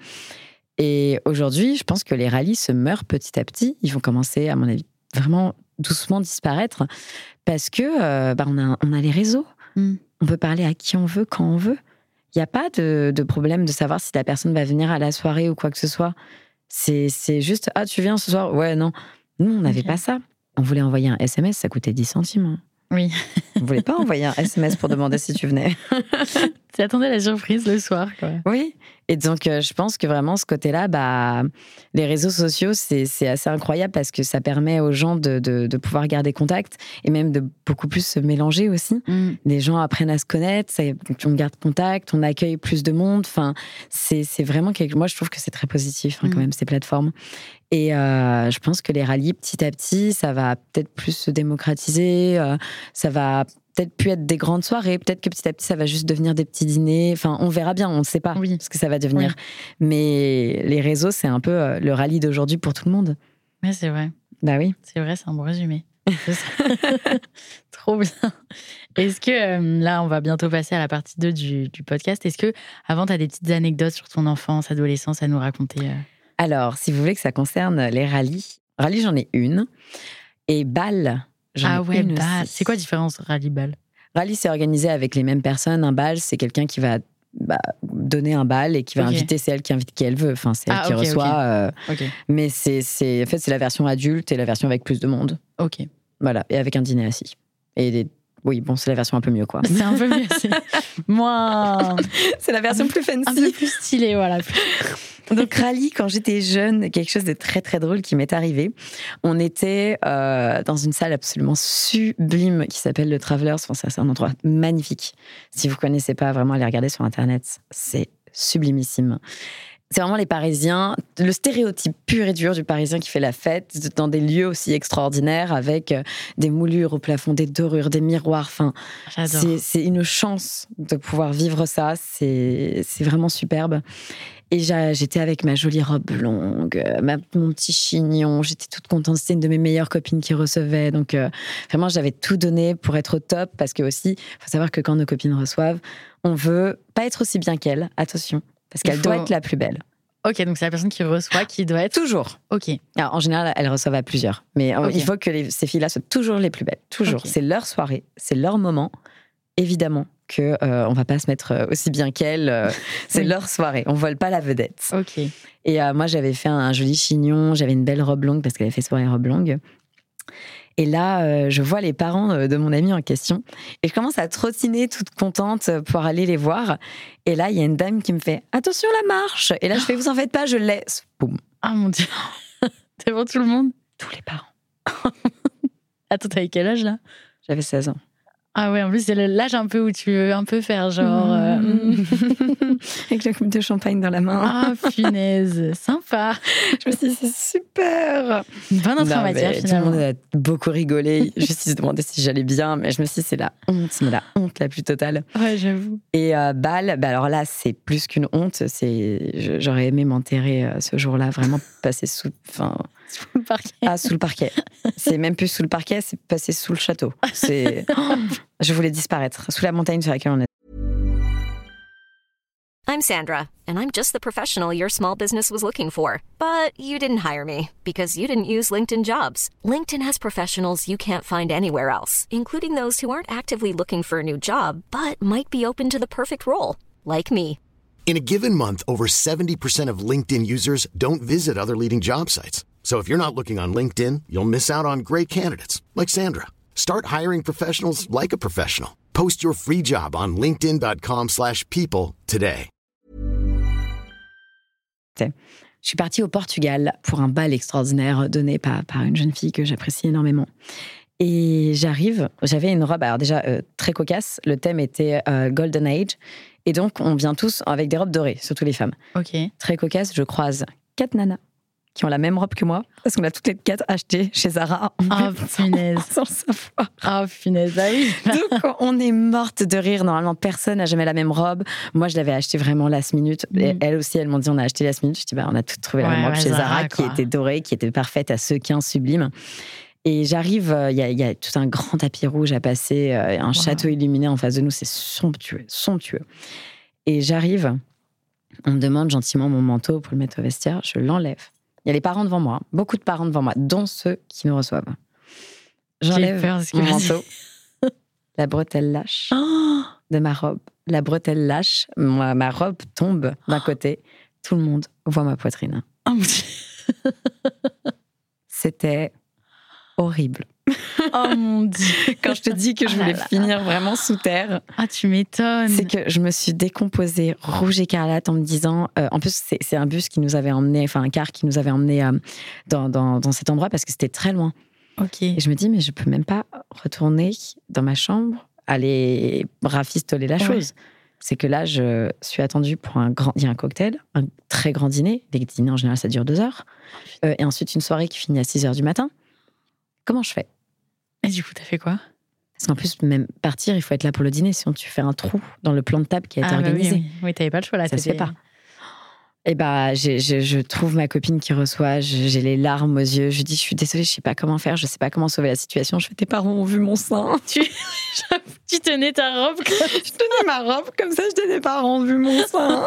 Et aujourd'hui, je pense que les rallyes se meurent petit à petit. Ils vont commencer, à mon avis, vraiment doucement disparaître parce que on a les réseaux. On peut parler à qui on veut, quand on veut. Il n'y a pas de problème de savoir si la personne va venir à la soirée ou quoi que ce soit. C'est juste, tu viens ce soir? Ouais, non. Nous, on n'avait pas ça. On voulait envoyer un SMS, ça coûtait 10 centimes. Oui. On ne voulait pas envoyer un SMS pour demander si tu venais. Tu attendais la surprise le soir, quoi. Oui. Et donc, je pense que vraiment, ce côté-là, les réseaux sociaux, c'est assez incroyable parce que ça permet aux gens de pouvoir garder contact et même de beaucoup plus se mélanger aussi. Les gens apprennent à se connaître, on garde contact, on accueille plus de monde. Enfin, c'est vraiment moi, je trouve que c'est très positif, quand même, ces plateformes. Et je pense que les rallyes, petit à petit, ça va peut-être plus se démocratiser, ça va peut-être plus être des grandes soirées, peut-être que petit à petit, ça va juste devenir des petits dîners. Enfin, on verra bien, on ne sait pas ce que ça va devenir. Oui. Mais les réseaux, c'est un peu le rallye d'aujourd'hui pour tout le monde. Oui, c'est vrai. Oui. C'est vrai, c'est un bon résumé. Trop bien. Est-ce que, là, on va bientôt passer à la partie 2 du podcast. Est-ce que, avant, tu as des petites anecdotes sur ton enfance, adolescence à nous raconter? Alors, si vous voulez que ça concerne les rallyes, j'en ai une. Et bal, j'en ai une bal. aussi. C'est quoi la différence rallye-bal? Rallye, c'est organisé avec les mêmes personnes. Un bal, c'est quelqu'un qui va donner un bal et qui va inviter, c'est elle qui invite qui elle veut. Enfin, c'est elle qui reçoit. Mais en fait, c'est la version adulte et la version avec plus de monde. Ok. Voilà, et avec un dîner assis. Oui, bon, c'est la version un peu mieux, quoi. C'est un peu mieux, moins... C'est la version plus fancy. Un peu plus stylée, voilà. Donc, rallye, quand j'étais jeune, quelque chose de très, très drôle qui m'est arrivé. On était dans une salle absolument sublime qui s'appelle le Travelers. Enfin, c'est un endroit magnifique. Si vous ne connaissez pas, vraiment, allez regarder sur Internet. C'est sublimissime. C'est vraiment les Parisiens, le stéréotype pur et dur du Parisien qui fait la fête dans des lieux aussi extraordinaires avec des moulures au plafond, des dorures, des miroirs. Enfin, c'est une chance de pouvoir vivre ça. C'est vraiment superbe. Et j'étais avec ma jolie robe longue, mon petit chignon. J'étais toute contente. C'était une de mes meilleures copines qui recevait. Donc, vraiment, j'avais tout donné pour être au top. Parce que aussi, il faut savoir que quand nos copines reçoivent, on veut pas être aussi bien qu'elles. Attention. Parce qu'elle doit être la plus belle. Ok, donc c'est la personne qui reçoit qui doit être... Toujours. Ok. Alors, en général, elles reçoivent à plusieurs. Mais il faut que ces filles-là soient toujours les plus belles. Toujours. Okay. C'est leur soirée, c'est leur moment. Évidemment qu'on ne va pas se mettre aussi bien qu'elles. C'est leur soirée. On ne vole pas la vedette. Ok. Et moi, j'avais fait un joli chignon. J'avais une belle robe longue parce qu'elle avait fait soirée robe longue. Et là, je vois les parents de mon amie en question. Et je commence à trottiner toute contente pour aller les voir. Et là, il y a une dame qui me fait « Attention la marche !» Et là, je fais « Vous en faites pas, je laisse. » Boum. Ah mon Dieu. C'est pour tout le monde? Tous les parents. Attends, t'avais quel âge là? J'avais 16 ans. Ah ouais, en plus, c'est l'âge un peu où tu veux un peu faire genre... Avec la coupe de champagne dans la main. Ah, punaise, sympa. Je me suis dit, c'est super. Une bonne entrée en matière, finalement. Tout le monde a beaucoup rigolé. Je me suis demandé si j'allais bien, mais je me suis dit, c'est la honte, mais la honte la plus totale. Ouais, j'avoue. Et Bâle, alors là, c'est plus qu'une honte. J'aurais aimé m'enterrer ce jour-là, vraiment passer sous le parquet. Ah, sous le parquet. C'est même plus sous le parquet, c'est passer sous le château. Je voulais disparaître sous la montagne sur laquelle on est. I'm Sandra, and I'm just the professional your small business was looking for. But you didn't hire me because you didn't use LinkedIn Jobs. LinkedIn has professionals you can't find anywhere else, including those who aren't actively looking for a new job, but might be open to the perfect role, like me. In a given month, over 70% of LinkedIn users don't visit other leading job sites. So if you're not looking on LinkedIn, you'll miss out on great candidates like Sandra. Start hiring professionals like a professional. Post your free job on linkedin.com/people today. Je suis partie au Portugal pour un bal extraordinaire donné par une jeune fille que j'apprécie énormément. Et j'arrive, j'avais une robe, alors déjà très cocasse, le thème était Golden Age, et donc on vient tous avec des robes dorées, surtout les femmes. Ok. Très cocasse, je croise 4 nanas qui ont la même robe que moi, parce qu'on a toutes les 4 achetées chez Zara. Ah, punaise. Sans le savoir. Ah, punaise, ah oui. Donc, on est morte de rire. Normalement, personne n'a jamais la même robe. Moi, je l'avais achetée vraiment last minute. Et elles aussi, elles m'ont dit, on a acheté last minute. Je dis, on a toutes trouvé la même robe chez Zara, qui était dorée, qui était parfaite à sequins sublime. Et j'arrive, il y a tout un grand tapis rouge à passer, un château illuminé en face de nous. C'est somptueux, somptueux. Et j'arrive, on me demande gentiment mon manteau pour le mettre au vestiaire. Je l'enlève. Il y a les parents devant moi, beaucoup de parents devant moi, dont ceux qui nous reçoivent. J'enlève mon manteau, la bretelle lâche de ma robe. La bretelle lâche, ma robe tombe d'un côté, tout le monde voit ma poitrine. Oh mon Dieu. C'était horrible. Oh mon Dieu. Quand je te dis que je voulais finir vraiment sous terre. Ah, tu m'étonnes. C'est que je me suis décomposée rouge écarlate en me disant. En plus, c'est un bus qui nous avait emmené, enfin un car qui nous avait emmené dans cet endroit parce que c'était très loin. Ok. Et je me dis, mais je peux même pas retourner dans ma chambre, aller rafistoler la chose. C'est que là, je suis attendue pour il y a un cocktail, un très grand dîner. Les dîners, en général, ça dure 2 heures. Et ensuite, une soirée qui finit à 6 heures du matin. Comment je fais ? Et du coup, t'as fait quoi ? Parce qu'en plus, même partir, il faut être là pour le dîner. Sinon, tu fais un trou dans le plan de table qui a été organisé. Oui, t'avais pas le choix là. Ça se fait pas. Et je trouve ma copine qui reçoit, j'ai les larmes aux yeux. Je dis, je suis désolée, je sais pas comment faire, je sais pas comment sauver la situation. Je fais, tes parents ont vu mon sein. Tu tenais ta robe comme... Je tenais ma robe comme ça, je dis, tes parents ont vu mon sein.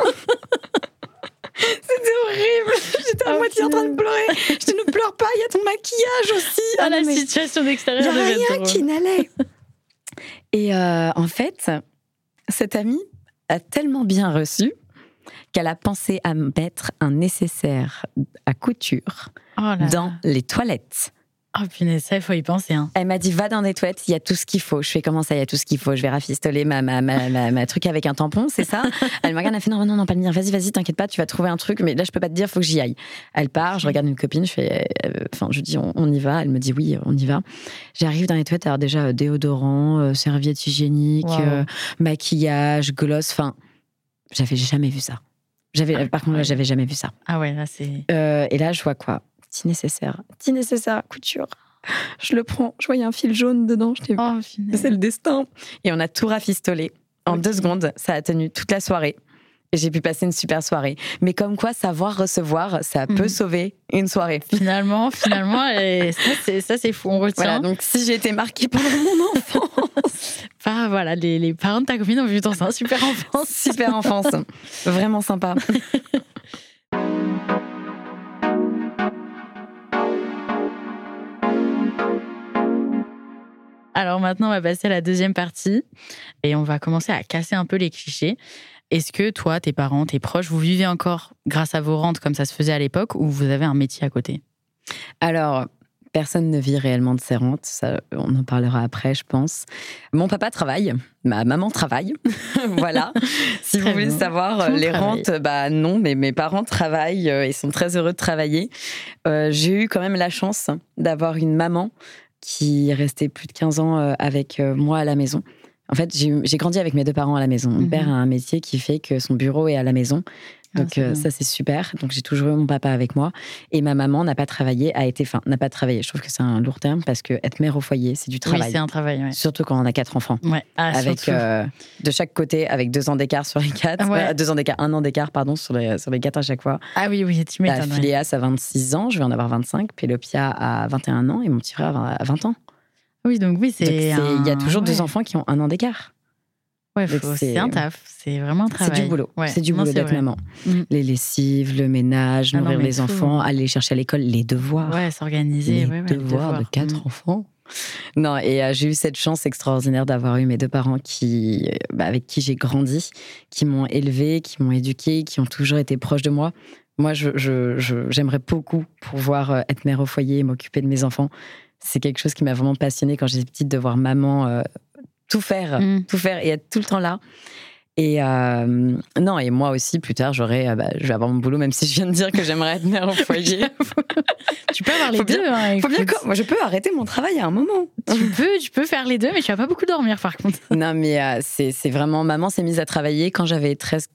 C'était horrible. J'étais à moitié en train de pleurer. Je dis, ne pleure pas, il y a ton maquillage aussi. Ah, la situation d'extérieur devait être drôle. Il n'y a rien qui n'allait. Et en fait, cette amie a tellement bien reçu qu'elle a pensé à mettre un nécessaire à couture dans les toilettes. Oh punaise, ça, il faut y penser. Hein. Elle m'a dit, va dans les toilettes, il y a tout ce qu'il faut. Je fais, comment ça, il y a tout ce qu'il faut ? Je vais rafistoler ma truc avec un tampon, c'est ça ? Elle me regarde, elle fait, non, pas le mien. Vas-y, t'inquiète pas, tu vas trouver un truc, mais là, je peux pas te dire, faut que j'y aille. Elle part, je regarde une copine, je dis, on y va. Elle me dit, oui, on y va. J'arrive dans les toilettes, alors déjà, déodorant, serviette hygiénique, maquillage, gloss, j'avais jamais vu ça. Par contre, là, j'avais jamais vu ça. Ah ouais, là, c'est... Et là, je vois quoi ? Petit nécessaire à couture. Je le prends, je vois, il y a un fil jaune dedans. C'est le destin. Et on a tout rafistolé. En 2 secondes, ça a tenu toute la soirée. Et j'ai pu passer une super soirée. Mais comme quoi, savoir recevoir, ça peut sauver une soirée. Finalement, et ça c'est fou, on retient. Voilà, donc si j'ai été marquée pendant mon enfance... voilà, les parents de ta copine ont vu ton sein, super enfance. Super enfance, vraiment sympa. Alors maintenant, on va passer à la deuxième partie et on va commencer à casser un peu les clichés. Est-ce que toi, tes parents, tes proches, vous vivez encore grâce à vos rentes comme ça se faisait à l'époque ou vous avez un métier à côté ? Alors, personne ne vit réellement de ses rentes. Ça, on en parlera après, je pense. Mon papa travaille, ma maman travaille. Voilà. Si vous voulez savoir, les rentes, non, mais mes parents travaillent. Ils sont très heureux de travailler. J'ai eu quand même la chance d'avoir une maman qui est restée plus de 15 ans avec moi à la maison. En fait, j'ai grandi avec mes 2 parents à la maison. Mon père a un métier qui fait que son bureau est à la maison. Donc ça, c'est super. Donc j'ai toujours eu mon papa avec moi. Et ma maman n'a pas travaillé, n'a pas travaillé. Je trouve que c'est un lourd terme parce que être mère au foyer, c'est du travail. Oui, c'est un travail, ouais. Surtout quand on a 4 enfants. Ouais. Avec de chaque côté, avec 2 ans d'écart sur les 4. Ouais. 2 ans d'écart, 1 an d'écart, pardon, sur les 4 à chaque fois. Ah oui, tu m'étonnes. Phileas a 26 ans, je vais en avoir 25. Pélopia a 21 ans et mon petit frère a 20 ans. Oui, donc oui, il y a toujours 2 enfants qui ont 1 an d'écart. Ouais, c'est un taf, c'est vraiment un travail. C'est du boulot, c'est du boulot d'être maman. Les lessives, le ménage, nourrir les enfants, aller les chercher à l'école, les devoirs. Ouais, s'organiser. Les devoirs de 4 enfants. Non, et j'ai eu cette chance extraordinaire d'avoir eu mes 2 parents avec qui j'ai grandi, qui m'ont élevée, qui m'ont éduquée, qui ont toujours été proches de moi. Moi, j'aimerais beaucoup pouvoir être mère au foyer et m'occuper de mes enfants. C'est quelque chose qui m'a vraiment passionnée quand j'étais petite, de voir maman tout faire et être tout le temps là. Et non, et moi aussi, plus tard, je vais avoir mon boulot, même si je viens de dire que j'aimerais être mère au foyer. Tu peux avoir les deux. Moi, je peux arrêter mon travail à un moment. Tu peux faire les deux, mais tu vas pas beaucoup dormir, par contre. Non, mais c'est vraiment... Maman s'est mise à travailler quand j'avais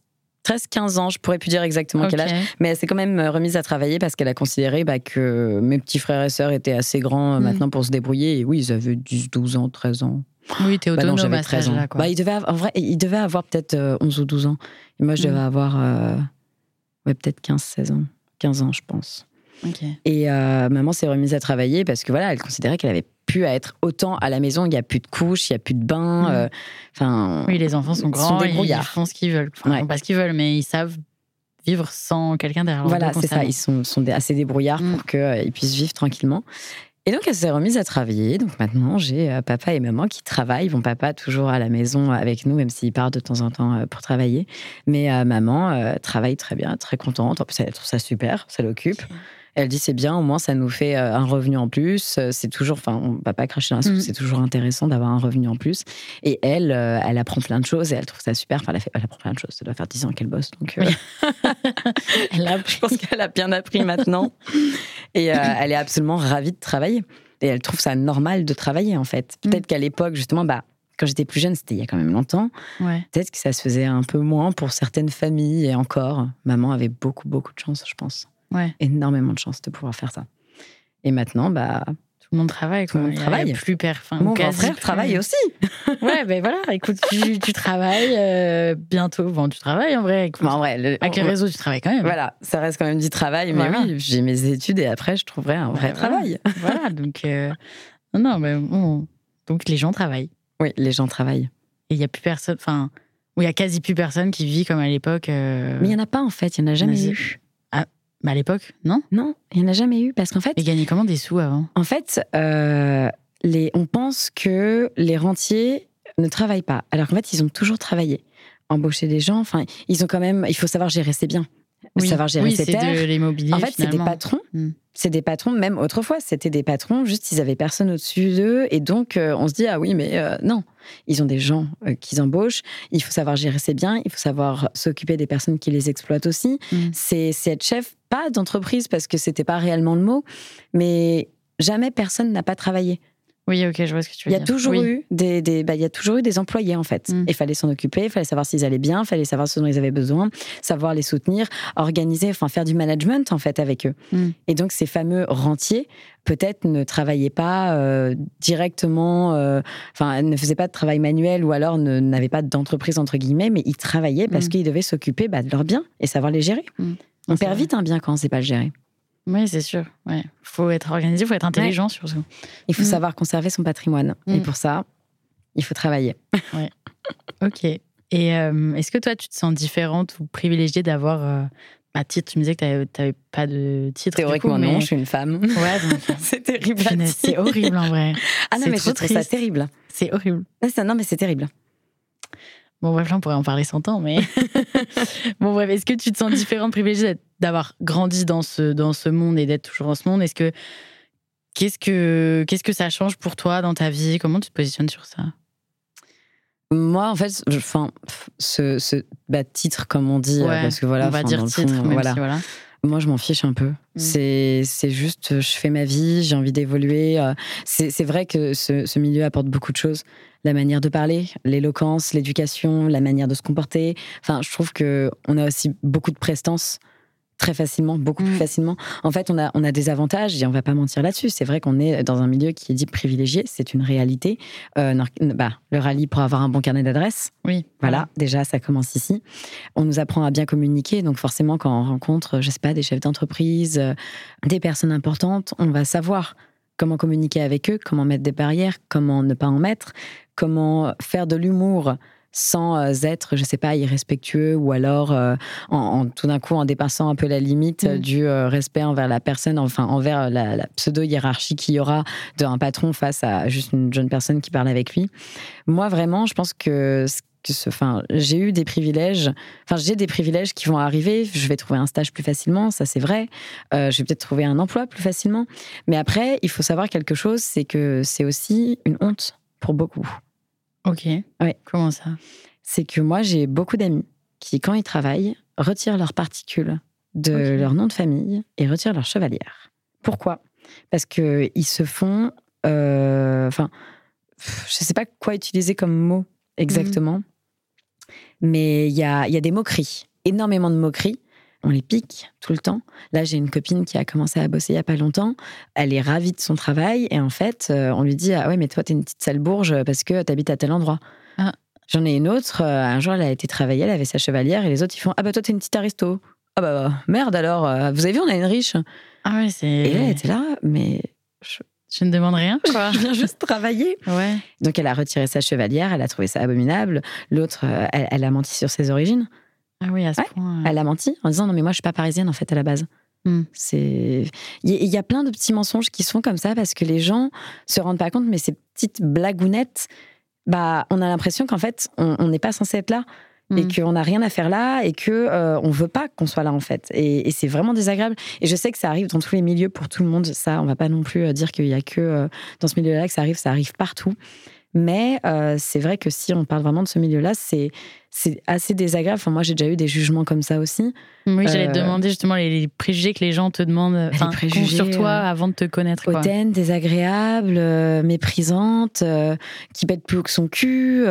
13-15 ans, je pourrais plus dire exactement quel âge, mais elle s'est quand même remise à travailler parce qu'elle a considéré que mes petits frères et sœurs étaient assez grands maintenant pour se débrouiller. Et oui, ils avaient 10, 12 ans, 13 ans. Oui, t'es autonome j'avais à 13 ans. Là, quoi. Il devait avoir peut-être 11 ou 12 ans. Et moi, je devais avoir peut-être 15-16 ans. 15 ans, je pense. Okay. Et maman s'est remise à travailler parce que elle considérait qu'elle avait pu être autant à la maison. Il n'y a plus de couches, il n'y a plus de bains. Oui, les enfants sont grands, ils font ce qu'ils veulent. Enfin, pas ce qu'ils veulent, mais ils savent vivre sans quelqu'un derrière leur dos. Voilà, c'est ça. Ils sont assez débrouillards pour qu'ils puissent vivre tranquillement. Et donc, elle s'est remise à travailler. Donc maintenant, j'ai papa et maman qui travaillent. Bon, papa toujours à la maison avec nous, même s'il part de temps en temps pour travailler. Mais maman travaille très bien, très contente. En plus, elle trouve ça super, ça l'occupe. Okay. Elle dit c'est bien, au moins ça nous fait un revenu en plus. C'est toujours, on va pas cracher dans la soupe, c'est toujours intéressant d'avoir un revenu en plus. Et elle apprend plein de choses et elle trouve ça super. Enfin, elle apprend plein de choses. Ça doit faire 10 ans qu'elle bosse, donc je pense qu'elle a bien appris maintenant. Et elle est absolument ravie de travailler. Et elle trouve ça normal de travailler en fait. Peut-être qu'à l'époque justement, quand j'étais plus jeune, c'était il y a quand même longtemps. Ouais. Peut-être que ça se faisait un peu moins pour certaines familles. Et encore, maman avait beaucoup de chance, je pense. Ouais. Énormément de chance de pouvoir faire ça. Et maintenant, tout le monde travaille. Tout le monde travaille. Mon grand frère travaille aussi. Ouais, voilà. Écoute, tu travailles bientôt. Bon, tu travailles en vrai. Écoute, avec les réseaux, tu travailles quand même. Voilà, ça reste quand même du travail. Mais oui, j'ai mes études et après, je trouverai un vrai travail. Voilà, donc... Non, mais bon... Donc, les gens travaillent. Oui, les gens travaillent. Et il n'y a plus personne... Enfin, il y a quasi plus personne qui vit comme à l'époque. Mais il n'y en a pas, en fait. Il n'y en a jamais eu. À l'époque, non ? Non, il n'y en a jamais eu, parce qu'en fait... Ils gagnaient comment des sous avant ? En fait, on pense que les rentiers ne travaillent pas, alors qu'en fait, ils ont toujours travaillé. Embaucher des gens, ils ont quand même... Il faut savoir gérer ses biens, savoir gérer ses terres. C'est de l'immobilier, en fait, finalement. C'est des patrons. C'est des patrons, même autrefois, c'était des patrons, juste ils n'avaient personne au-dessus d'eux, et donc on se dit, ah oui, mais non. Ils ont des gens qu'ils embauchent, il faut savoir gérer ses biens, il faut savoir s'occuper des personnes qui les exploitent aussi. C'est être chef, pas d'entreprise, parce que c'était pas réellement le mot, mais jamais personne n'a pas travaillé. Oui, ok, je vois ce que tu veux dire. Il y a toujours eu des employés, en fait. Il fallait s'en occuper, il fallait savoir s'ils allaient bien, il fallait savoir ce dont ils avaient besoin, savoir les soutenir, organiser, faire du management, en fait, avec eux. Et donc, ces fameux rentiers, peut-être ne travaillaient pas directement, ne faisaient pas de travail manuel ou alors n'avaient pas d'entreprise, entre guillemets, mais ils travaillaient parce qu'ils devaient s'occuper de leurs biens et savoir les gérer. On perd vite un bien quand on ne sait pas le gérer. Oui, c'est sûr. Ouais. Faut être organisé, il faut être intelligent surtout. Il faut savoir conserver son patrimoine. Et pour ça, il faut travailler. Ouais. Ok. Et est-ce que toi, tu te sens différente ou privilégiée d'avoir un titre ? Tu me disais que tu n'avais pas de titre. Théoriquement, non, je suis une femme. Ouais, donc, c'est terrible. C'est horrible en vrai. Ah non, mais je trouve ça terrible. C'est horrible. Non, mais c'est terrible. Bon, bref, là, on pourrait en parler 100 ans, mais... Bon, bref, est-ce que tu te sens différente, privilégiée d'avoir grandi dans ce monde et d'être toujours dans ce monde ? Qu'est-ce que ça change pour toi dans ta vie ? Comment tu te positionnes sur ça ? Moi, en fait, ce titre, comme on dit, parce que voilà... on va dire titre, fond, même voilà. si voilà... Moi, je m'en fiche un peu. C'est juste, je fais ma vie, j'ai envie d'évoluer. C'est vrai que ce milieu apporte beaucoup de choses. La manière de parler, l'éloquence, l'éducation, la manière de se comporter. Enfin, je trouve qu'on a aussi beaucoup de prestance très facilement, beaucoup plus facilement. En fait, on a des avantages et on va pas mentir là-dessus. C'est vrai qu'on est dans un milieu qui est dit privilégié, c'est une réalité. Le rallye pour avoir un bon carnet d'adresses. Oui. Voilà, déjà, ça commence ici. On nous apprend à bien communiquer, donc forcément, quand on rencontre, je sais pas, des chefs d'entreprise, des personnes importantes, on va savoir comment communiquer avec eux, comment mettre des barrières, comment ne pas en mettre, comment faire de l'humour sans être, je sais pas, irrespectueux ou alors tout d'un coup en dépassant un peu la limite du respect envers la personne, enfin envers la pseudo-hiérarchie qu'il y aura d'un patron face à juste une jeune personne qui parle avec lui. Moi, vraiment, je pense que j'ai eu des privilèges, j'ai des privilèges qui vont arriver, je vais trouver un stage plus facilement, ça c'est vrai, je vais peut-être trouver un emploi plus facilement, mais après, il faut savoir quelque chose, c'est que c'est aussi une honte pour beaucoup. Ok. Ouais. Comment ça ? C'est que moi, j'ai beaucoup d'amis qui, quand ils travaillent, retirent leurs particules de leur nom de famille et retirent leur chevalière. Pourquoi ? Parce qu'ils se font... je ne sais pas quoi utiliser comme mot exactement, mais il y a des moqueries, énormément de moqueries. On les pique tout le temps. Là, j'ai une copine qui a commencé à bosser il n'y a pas longtemps. Elle est ravie de son travail. Et en fait, on lui dit « Ah ouais, mais toi, t'es une petite sale bourge parce que t'habites à tel endroit. Ah. » J'en ai une autre. Un jour, elle a été travailler, elle avait sa chevalière. Et les autres, ils font « Ah bah toi, t'es une petite aristo. » Ah bah merde alors. Vous avez vu, on a une riche. Ah ouais, c'est... Et elle était là, mais... Je ne demande rien, quoi. Je viens juste travailler. Ouais. Donc, elle a retiré sa chevalière. Elle a trouvé ça abominable. L'autre, elle a menti sur ses origines. Ah oui, à ce point. Elle a menti en disant non mais moi je suis pas parisienne en fait à la base. Il y a plein de petits mensonges qui se font comme ça parce que les gens se rendent pas compte, mais ces petites blagounettes, on a l'impression qu'en fait on n'est pas censé être là et qu'on n'a rien à faire là et que on veut pas qu'on soit là en fait. Et c'est vraiment désagréable. Et je sais que ça arrive dans tous les milieux pour tout le monde. Ça, on va pas non plus dire qu'il y a que dans ce milieu-là que ça arrive partout. Mais c'est vrai que si on parle vraiment de ce milieu-là, c'est assez désagréable. Enfin, moi, j'ai déjà eu des jugements comme ça aussi. Oui, j'allais te demander justement les préjugés que les gens te demandent sur toi avant de te connaître. Hautaine, désagréable, méprisante, qui pète plus haut que son cul.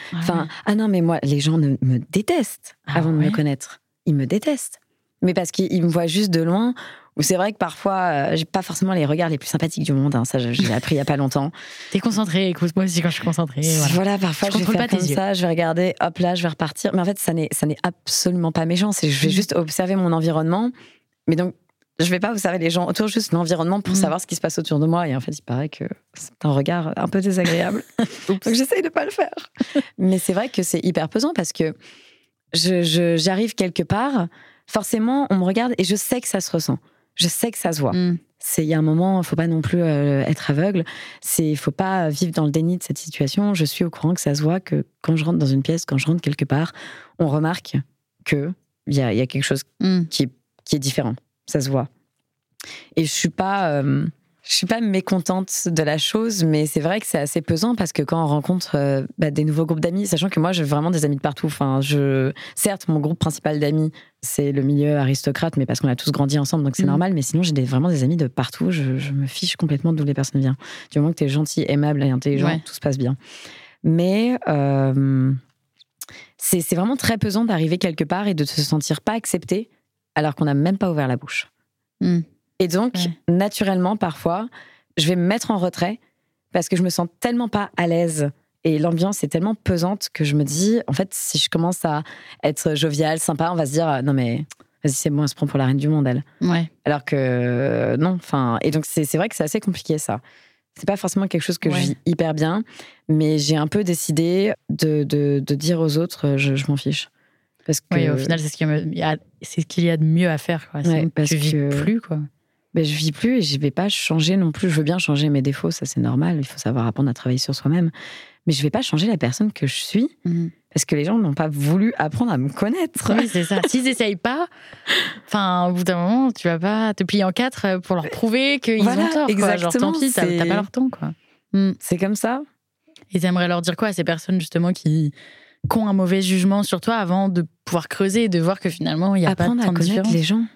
Ah non, mais moi, les gens me détestent avant de me connaître. Ils me détestent. Mais parce qu'ils me voient juste de loin. Ou c'est vrai que parfois, j'ai pas forcément les regards les plus sympathiques du monde. Ça, j'ai appris il y a pas longtemps. T'es concentrée, écoute, moi aussi quand je suis concentrée. Voilà, parfois je vais faire comme ça, je vais regarder, hop là, je vais repartir. Mais en fait, ça n'est absolument pas méchant. Je vais juste observer mon environnement. Mais donc, je vais pas observer les gens autour, juste l'environnement pour savoir ce qui se passe autour de moi. Et en fait, il paraît que c'est un regard un peu désagréable. Donc, j'essaye de pas le faire. Mais c'est vrai que c'est hyper pesant parce que j'arrive quelque part, forcément, on me regarde et je sais que ça se ressent. Je sais que ça se voit. Il y a un moment, il faut pas non plus être aveugle. Il faut pas vivre dans le déni de cette situation. Je suis au courant que ça se voit, que quand je rentre dans une pièce, quand je rentre quelque part, on remarque qu'il y a quelque chose qui est différent. Ça se voit. Et je suis pas mécontente de la chose, mais c'est vrai que c'est assez pesant parce que quand on rencontre des nouveaux groupes d'amis, sachant que moi j'ai vraiment des amis de partout. Certes, mon groupe principal d'amis, c'est le milieu aristocrate, mais parce qu'on a tous grandi ensemble, donc c'est normal. Mais sinon, j'ai vraiment des amis de partout. Je me fiche complètement d'où les personnes viennent. Du moment que t'es gentil, aimable et intelligent, tout se passe bien. Mais c'est vraiment très pesant d'arriver quelque part et de se sentir pas accepté alors qu'on n'a même pas ouvert la bouche. Et donc, naturellement, parfois, je vais me mettre en retrait parce que je me sens tellement pas à l'aise et l'ambiance est tellement pesante que je me dis, en fait, si je commence à être joviale, sympa, on va se dire, non mais, vas-y, c'est bon, elle se prend pour la reine du monde, elle. Ouais. Alors que, non, et donc c'est vrai que c'est assez compliqué, ça. C'est pas forcément quelque chose que je vis hyper bien, mais j'ai un peu décidé de dire aux autres, je m'en fiche. Parce que... au final, c'est ce qu'il y a de mieux à faire, quoi. Sinon, tu vis plus, quoi. Ben, je vis plus et je vais pas changer non plus. Je veux bien changer mes défauts, ça c'est normal. Il faut savoir apprendre à travailler sur soi-même. Mais je vais pas changer la personne que je suis parce que les gens n'ont pas voulu apprendre à me connaître. Oui, c'est ça. S'ils n'essayent pas, au bout d'un moment, tu vas pas te plier en quatre pour leur prouver qu'ils ont tort. Quoi. Genre, tant pis, t'as pas leur temps, quoi. C'est comme ça. Et t'aimerais leur dire quoi à ces personnes justement qui ont un mauvais jugement sur toi avant de pouvoir creuser et de voir que finalement il y a pas tant de différence. Apprendre à connaître les gens.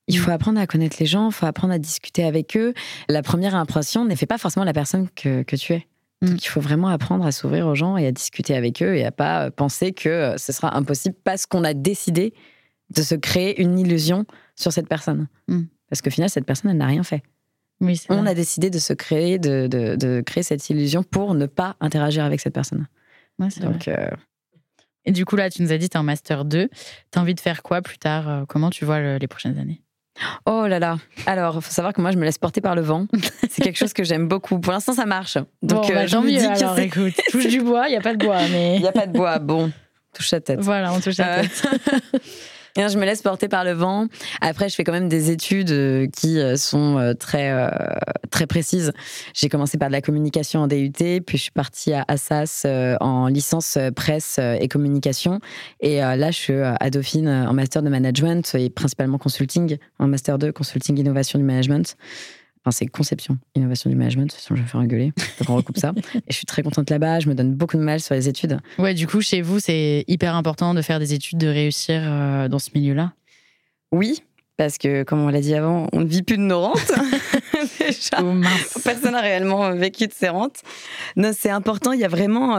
Il faut apprendre à connaître les gens, il faut apprendre à discuter avec eux. La première impression ne fait pas forcément la personne que tu es. Donc, il faut vraiment apprendre à s'ouvrir aux gens et à discuter avec eux et à pas penser que ce sera impossible parce qu'on a décidé de se créer une illusion sur cette personne. Parce qu'au final, cette personne, elle n'a rien fait. Oui, on a décidé de se créer, de créer cette illusion pour ne pas interagir avec cette personne. Ouais, donc, Et du coup, là, tu nous as dit que tu es en Master 2. Tu as envie de faire quoi plus tard? Comment tu vois les prochaines années? Oh là là. Alors, il faut savoir que moi, je me laisse porter par le vent. C'est quelque chose que j'aime beaucoup. Pour l'instant, ça marche. Donc, tant mieux. Alors, écoute, touche du bois. Il n'y a pas de bois, mais... Il n'y a pas de bois. Bon, touche la tête. Voilà, on touche la tête. Je me laisse porter par le vent. Après, je fais quand même des études qui sont très, très précises. J'ai commencé par de la communication en DUT, puis je suis partie à Assas en licence presse et communication. Et là, je suis à Dauphine en master de management et principalement consulting, en master 2, consulting innovation du management. Enfin, c'est conception, innovation du management, sinon je vais me faire engueuler. Donc on recoupe ça. Et je suis très contente là-bas, je me donne beaucoup de mal sur les études. Ouais, du coup, chez vous, c'est hyper important de faire des études, de réussir dans ce milieu-là? Oui, parce que, comme on l'a dit avant, on ne vit plus de nos rentes. Déjà, personne n'a réellement vécu de ses rentes. Non, c'est important, il y a vraiment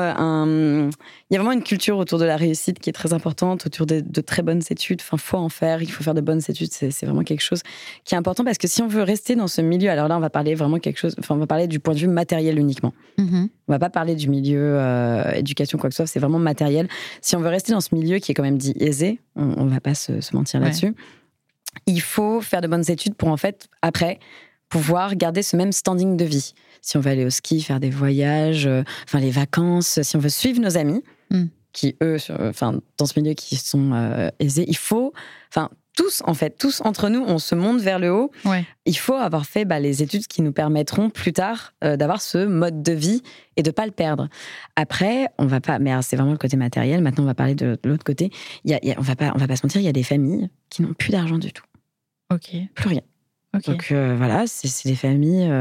une culture autour de la réussite qui est très importante, autour de très bonnes études. Enfin, faut en faire, il faut faire de bonnes études, c'est vraiment quelque chose qui est important parce que si on veut rester dans ce milieu, alors là, on va parler vraiment on va parler du point de vue matériel uniquement. On va pas parler du milieu éducation, quoi que ce soit, c'est vraiment matériel. Si on veut rester dans ce milieu qui est quand même dit aisé, on va pas se mentir là-dessus, il faut faire de bonnes études pour en fait, après, pouvoir garder ce même standing de vie. Si on veut aller au ski, faire des voyages, les vacances, si on veut suivre nos amis, qui eux, dans ce milieu qui sont aisés, il faut, tous entre nous, on se monte vers le haut. Ouais. Il faut avoir fait les études qui nous permettront plus tard d'avoir ce mode de vie et de pas le perdre. Après, on va pas, mais alors, c'est vraiment le côté matériel. Maintenant, on va parler de l'autre côté. On va pas se mentir, il y a des familles qui n'ont plus d'argent du tout. Ok. Plus rien. Okay. Donc voilà, c'est des familles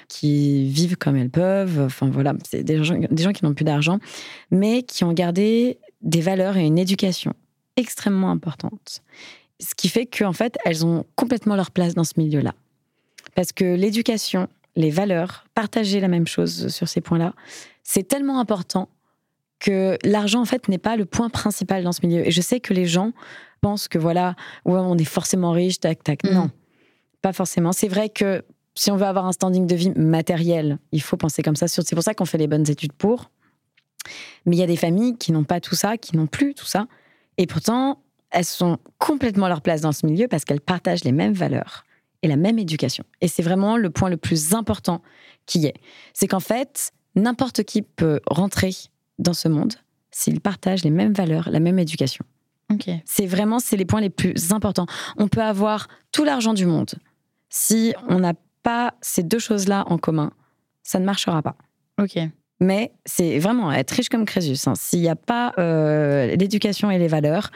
qui vivent comme elles peuvent. Enfin voilà, c'est des gens qui n'ont plus d'argent, mais qui ont gardé des valeurs et une éducation extrêmement importante. Ce qui fait qu'en fait, elles ont complètement leur place dans ce milieu-là. Parce que l'éducation, les valeurs, partager la même chose sur ces points-là, c'est tellement important que l'argent, en fait, n'est pas le point principal dans ce milieu. Et je sais que les gens pensent que voilà, ouais, on est forcément riche, tac, tac. Non. Pas forcément. C'est vrai que si on veut avoir un standing de vie matériel, il faut penser comme ça. C'est pour ça qu'on fait les bonnes études pour. Mais il y a des familles qui n'ont pas tout ça, qui n'ont plus tout ça. Et pourtant, elles sont complètement à leur place dans ce milieu parce qu'elles partagent les mêmes valeurs et la même éducation. Et c'est vraiment le point le plus important qui est. C'est qu'en fait, n'importe qui peut rentrer dans ce monde s'il partage les mêmes valeurs, la même éducation. Okay. C'est les points les plus importants. On peut avoir tout l'argent du monde. Si on n'a pas ces deux choses-là en commun, ça ne marchera pas. Ok. Mais c'est vraiment être riche comme Crésus. S'il n'y a pas l'éducation et les valeurs,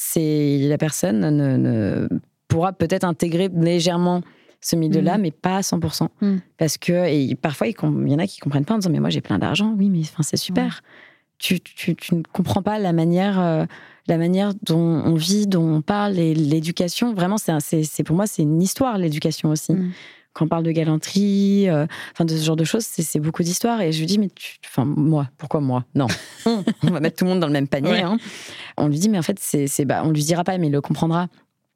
la personne ne pourra peut-être intégrer légèrement ce milieu-là, mais pas à 100%. Parce que parfois, il y en a qui ne comprennent pas en disant « Mais moi, j'ai plein d'argent. » Oui, mais c'est super. Tu ne comprends pas la manière dont on vit, dont on parle, et l'éducation. Vraiment, pour moi, c'est une histoire, l'éducation aussi. Quand on parle de galanterie, de ce genre de choses, c'est beaucoup d'histoires. Et je lui dis, mais moi, pourquoi moi? Non. On va mettre tout le monde dans le même panier. Ouais. Hein. On lui dit, mais en fait, on lui dira pas, mais il le comprendra.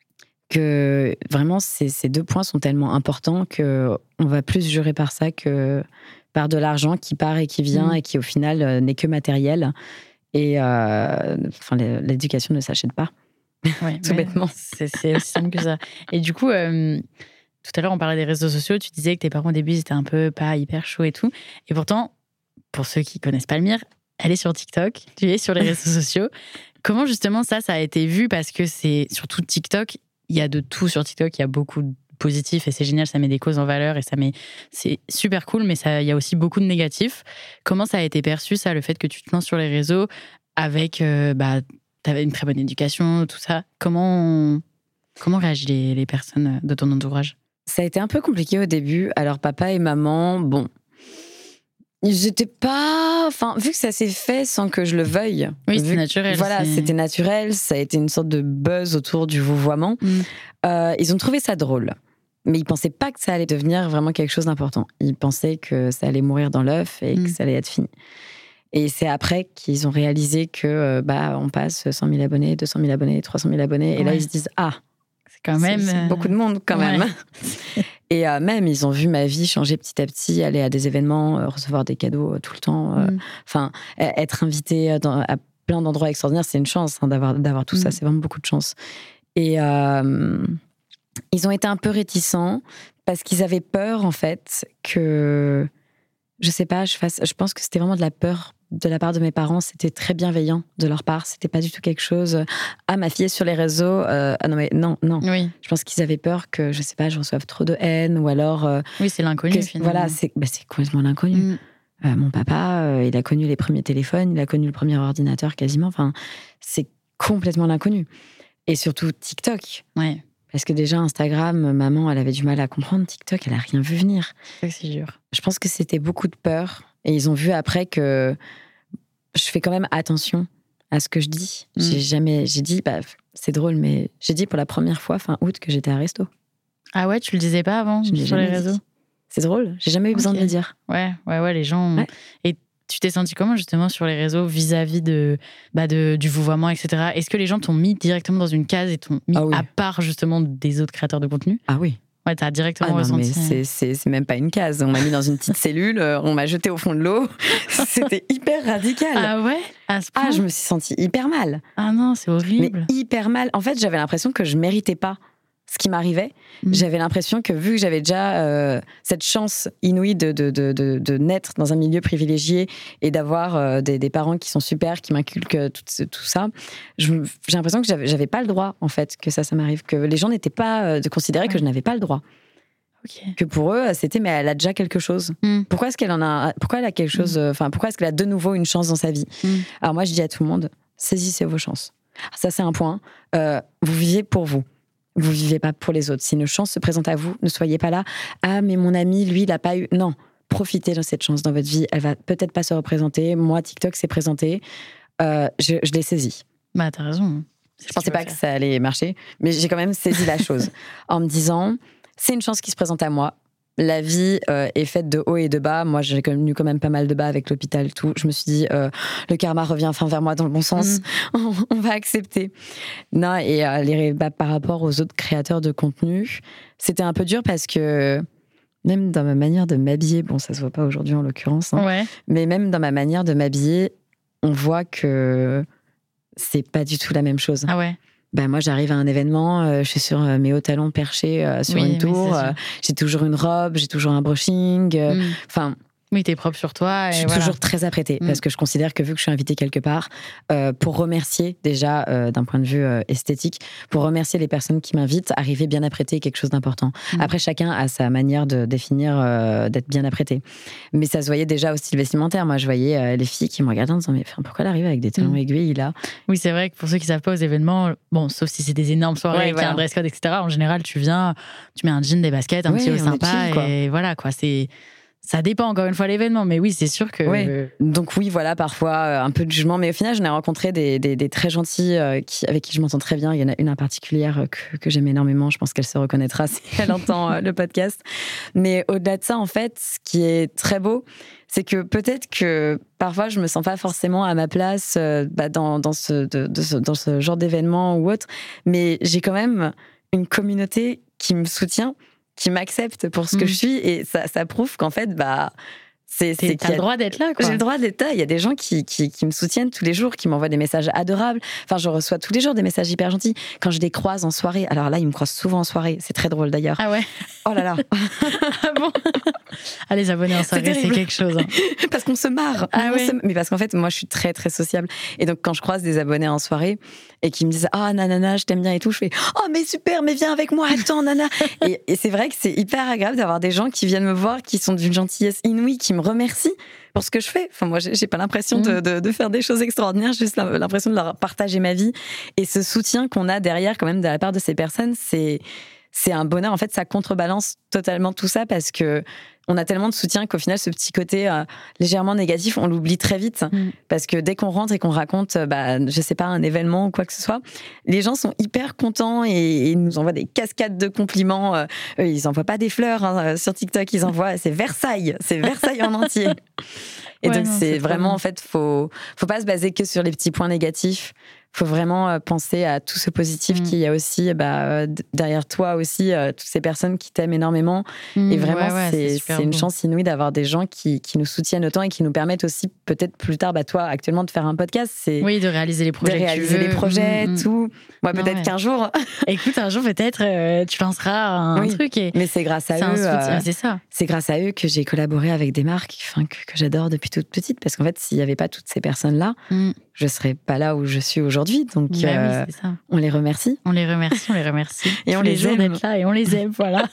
Que vraiment, ces deux points sont tellement importants qu'on va plus jurer par ça que par de l'argent qui part et qui vient et qui, au final, n'est que matériel. Et l'éducation ne s'achète pas. Ouais, tout bêtement. C'est aussi simple que ça. Et du coup, tout à l'heure, on parlait des réseaux sociaux. Tu disais que tes parents, au début, ils étaient un peu pas hyper chauds et tout. Et pourtant, pour ceux qui connaissent Palmyre, elle est sur TikTok. Tu es sur les réseaux sociaux. Comment, justement, ça a été vu? Parce que c'est surtout TikTok. Il y a de tout sur TikTok. Il y a beaucoup de positif et c'est génial, ça met des causes en valeur et c'est super cool, mais il y a aussi beaucoup de négatifs. Comment ça a été perçu, ça, le fait que tu te lances sur les réseaux avec, t'avais une très bonne éducation, tout ça. Comment réagissent les personnes de ton entourage? Ça a été un peu compliqué au début. Alors, papa et maman, bon, J'étais pas... Enfin, vu que ça s'est fait sans que je le veuille. Oui, c'était naturel. Voilà, c'était naturel. Ça a été une sorte de buzz autour du vouvoiement. Ils ont trouvé ça drôle. Mais ils pensaient pas que ça allait devenir vraiment quelque chose d'important. Ils pensaient que ça allait mourir dans l'œuf et que ça allait être fini. Et c'est après qu'ils ont réalisé que on passe 100 000 abonnés, 200 000 abonnés, 300 000 abonnés. Et là, ils se disent, c'est quand même... c'est beaucoup de monde quand même. Et même, ils ont vu ma vie changer petit à petit, aller à des événements, recevoir des cadeaux tout le temps. Enfin, être invité à plein d'endroits extraordinaires, c'est une chance d'avoir tout ça. C'est vraiment beaucoup de chance. Et ils ont été un peu réticents parce qu'ils avaient peur, en fait, que... Je sais pas, je pense que c'était vraiment de la peur de la part de mes parents. C'était très bienveillant de leur part. C'était pas du tout quelque chose... ma fille est sur les réseaux. Non. Oui. Je pense qu'ils avaient peur que, je sais pas, je reçoive trop de haine ou alors... oui, c'est l'inconnu, finalement. Voilà, c'est complètement l'inconnu. Mon papa, il a connu les premiers téléphones, il a connu le premier ordinateur quasiment. Enfin, c'est complètement l'inconnu. Et surtout TikTok. Ouais. Parce que déjà, Instagram, maman, elle avait du mal à comprendre. TikTok, elle a rien vu venir. C'est dur. Je pense que c'était beaucoup de peur. Et ils ont vu après que je fais quand même attention à ce que je dis. J'ai dit, c'est drôle, mais j'ai dit pour la première fois, fin août, que j'étais à resto. Ah ouais, tu le disais pas avant sur les réseaux? C'est drôle, j'ai jamais eu besoin de le dire. Ouais, les gens... Ouais. Et tu t'es senti comment justement sur les réseaux vis-à-vis du vouvoiement, etc. Est-ce que les gens t'ont mis directement dans une case et t'ont mis à part justement des autres créateurs de contenu? Ah oui. Ouais, t'as directement ressenti. Mais c'est même pas une case. On m'a mis dans une petite cellule, on m'a jeté au fond de l'eau. C'était hyper radical. Ah ouais? À ce point? Je me suis sentie hyper mal. Ah non, c'est horrible. Mais hyper mal. En fait, j'avais l'impression que je méritais pas ce qui m'arrivait. J'avais l'impression que vu que j'avais déjà cette chance inouïe de naître dans un milieu privilégié et d'avoir des parents qui sont super, qui m'inculquent tout ça, j'ai l'impression que j'avais pas le droit, en fait, que ça m'arrive. Que les gens n'étaient pas de considérer que je n'avais pas le droit. Okay. Que pour eux, c'était, mais elle a déjà quelque chose. Pourquoi est-ce qu'elle pourquoi elle a quelque chose, pourquoi est-ce qu'elle a de nouveau une chance dans sa vie? Alors moi, je dis à tout le monde, saisissez vos chances. Ça, c'est un point. Vous vivez pour vous. Vous vivez pas pour les autres. Si une chance se présente à vous, ne soyez pas là. Ah, mais mon ami, lui, il n'a pas eu. Non, profitez de cette chance dans votre vie. Elle va peut-être pas se représenter. Moi, TikTok s'est présenté. Je l'ai saisi. Bah, t'as raison. Je pensais pas que ça allait marcher, mais j'ai quand même saisi la chose en me disant, c'est une chance qui se présente à moi. La vie est faite de hauts et de bas. Moi, j'ai connu quand même pas mal de bas avec l'hôpital et tout. Je me suis dit, le karma revient enfin vers moi dans le bon sens. On va accepter. Non, et par rapport aux autres créateurs de contenu, c'était un peu dur parce que même dans ma manière de m'habiller, bon, ça se voit pas aujourd'hui en l'occurrence, mais même dans ma manière de m'habiller, on voit que c'est pas du tout la même chose. Ah ouais. Moi, j'arrive à un événement, je suis sur mes hauts talons perchés sur une tour, j'ai toujours une robe, j'ai toujours un brushing, Oui, t'es propre sur toi. Je suis toujours très apprêtée, parce que je considère que vu que je suis invitée quelque part, pour remercier déjà, d'un point de vue esthétique, pour remercier les personnes qui m'invitent, arriver bien apprêtée est quelque chose d'important. Après, chacun a sa manière de définir d'être bien apprêtée. Mais ça se voyait déjà au style vestimentaire. Moi, je voyais les filles qui me regardaient en disant, mais pourquoi elle arrive avec des talons aiguilles, là? Oui, c'est vrai que pour ceux qui ne savent pas, aux événements, bon, sauf si c'est des énormes soirées, avec un dress code, etc., en général, tu viens, tu mets un jean, des baskets, un petit haut sympa, chill, et voilà, quoi, c'est... Ça dépend encore une fois l'événement, mais oui, c'est sûr que... Ouais. Donc oui, voilà, parfois un peu de jugement, mais au final, j'en ai rencontré des très gentils avec qui je m'entends très bien. Il y en a une en particulier que j'aime énormément, je pense qu'elle se reconnaîtra si elle entend le podcast. Mais au-delà de ça, en fait, ce qui est très beau, c'est que peut-être que parfois, je me sens pas forcément à ma place dans ce genre d'événement ou autre, mais j'ai quand même une communauté qui me soutient, qui m'accepte pour ce que je suis, et ça prouve qu'en fait, t'as le droit d'être là, quoi. J'ai le droit d'être là. Il y a des gens qui me soutiennent tous les jours, qui m'envoient des messages adorables. Enfin, je reçois tous les jours des messages hyper gentils. Quand je les croise en soirée, alors là, ils me croisent souvent en soirée. C'est très drôle d'ailleurs. Ah ouais? Oh là là. Ah bon? Ah, les abonnés en soirée, c'est quelque chose. Hein. Parce qu'on se marre. Ah ouais. Mais parce qu'en fait, moi, je suis très, très sociable. Et donc, quand je croise des abonnés en soirée et qui me disent, ah, nanana, je t'aime bien et tout, je fais, oh, mais super, mais viens avec moi, attends, nana. Et c'est vrai que c'est hyper agréable d'avoir des gens qui viennent me voir, qui sont d'une gentillesse inouïe, qui me remercient pour ce que je fais. Enfin, moi, j'ai pas l'impression de faire des choses extraordinaires, juste l'impression de leur partager ma vie. Et ce soutien qu'on a derrière, quand même, de la part de ces personnes, c'est un bonheur. En fait, ça contrebalance totalement tout ça parce que on a tellement de soutien qu'au final, ce petit côté légèrement négatif, on l'oublie très vite. Parce que dès qu'on rentre et qu'on raconte, je sais pas, un événement ou quoi que ce soit, les gens sont hyper contents et ils nous envoient des cascades de compliments. Eux, ils envoient pas des fleurs sur TikTok, ils envoient, c'est Versailles en entier. Et donc, c'est vraiment, en fait, faut pas se baser que sur les petits points négatifs. Faut vraiment penser à tout ce positif qu'il y a aussi derrière toi aussi, toutes ces personnes qui t'aiment énormément. Et vraiment, c'est une chance inouïe d'avoir des gens qui nous soutiennent autant et qui nous permettent aussi peut-être plus tard, toi actuellement, de faire un podcast. De réaliser les projets. De réaliser les projets, tout. Moi, peut-être qu'un jour. Écoute, un jour peut-être, tu lanceras un truc. Mais c'est grâce à eux. C'est ça. C'est grâce à eux que j'ai collaboré avec des marques que j'adore depuis toute petite. Parce qu'en fait, s'il n'y avait pas toutes ces personnes-là, je serais pas là où je suis aujourd'hui. Donc, c'est ça. On les remercie. On les remercie. Et on les aime. D'être là et on les aime, voilà.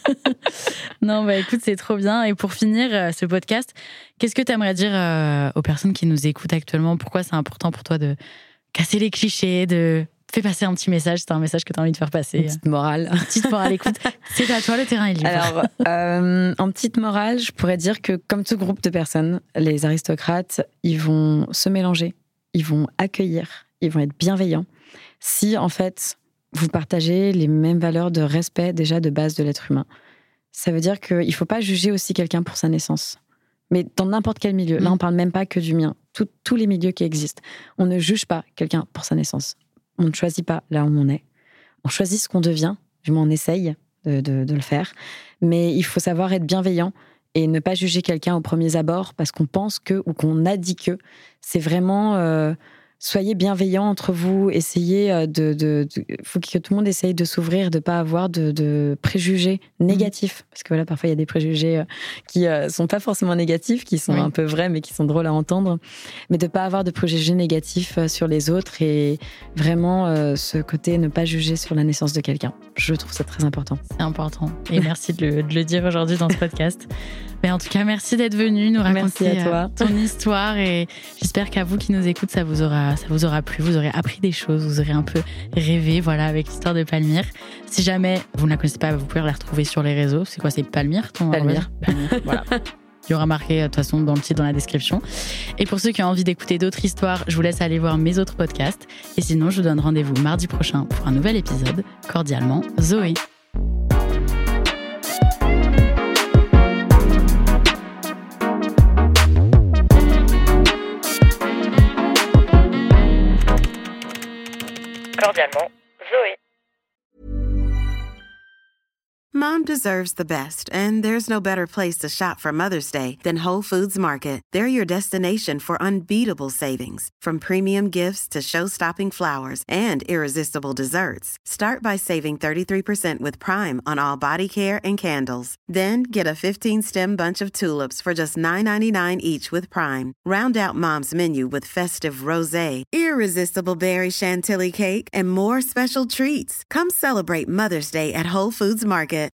Non, écoute, c'est trop bien. Et pour finir ce podcast, qu'est-ce que tu aimerais dire aux personnes qui nous écoutent actuellement? Pourquoi c'est important pour toi de casser les clichés, de faire passer un petit message? C'est un message que tu as envie de faire passer. Une petite morale. Écoute, c'est à toi, le terrain est libre. Alors, en petite morale, je pourrais dire que comme tout groupe de personnes, les aristocrates, ils vont se mélanger, ils vont accueillir, ils vont être bienveillants. Si, en fait, vous partagez les mêmes valeurs de respect, déjà, de base de l'être humain. Ça veut dire qu'il ne faut pas juger aussi quelqu'un pour sa naissance. Mais dans n'importe quel milieu. Là, on ne parle même pas que du mien. Tous les milieux qui existent. On ne juge pas quelqu'un pour sa naissance. On ne choisit pas là où on est. On choisit ce qu'on devient. Du moins, on essaye de le faire. Mais il faut savoir être bienveillant et ne pas juger quelqu'un aux premiers abords parce qu'on pense que ou qu'on a dit que. C'est vraiment... soyez bienveillants entre vous, essayez faut que tout le monde essaye de s'ouvrir, de pas avoir de préjugés négatifs. Parce que voilà, parfois il y a des préjugés qui sont pas forcément négatifs, qui sont un peu vrais, mais qui sont drôles à entendre. Mais de pas avoir de préjugés négatifs sur les autres et vraiment ce côté ne pas juger sur la naissance de quelqu'un. Je trouve ça très important. C'est important. Et merci de le dire aujourd'hui dans ce podcast. Mais en tout cas, merci d'être venu nous raconter ton histoire et j'espère qu'à vous qui nous écoutez, ça vous aura plu, vous aurez appris des choses, vous aurez un peu rêvé, voilà, avec l'histoire de Palmyre. Si jamais vous ne la connaissez pas, vous pouvez la retrouver sur les réseaux. C'est quoi, c'est Palmyre ton Palmyre. Voilà. Il y aura marqué de toute façon dans le titre, dans la description. Et pour ceux qui ont envie d'écouter d'autres histoires, je vous laisse aller voir mes autres podcasts. Et sinon, je vous donne rendez-vous mardi prochain pour un nouvel épisode. Cordialement, Zoé. Cordialement, Zoé. Mom deserves the best, and there's no better place to shop for Mother's Day than Whole Foods Market. They're your destination for unbeatable savings, from premium gifts to show-stopping flowers and irresistible desserts. Start by saving 33% with Prime on all body care and candles. Then get a 15-stem bunch of tulips for just $9.99 each with Prime. Round out Mom's menu with festive rosé, irresistible berry chantilly cake, and more special treats. Come celebrate Mother's Day at Whole Foods Market.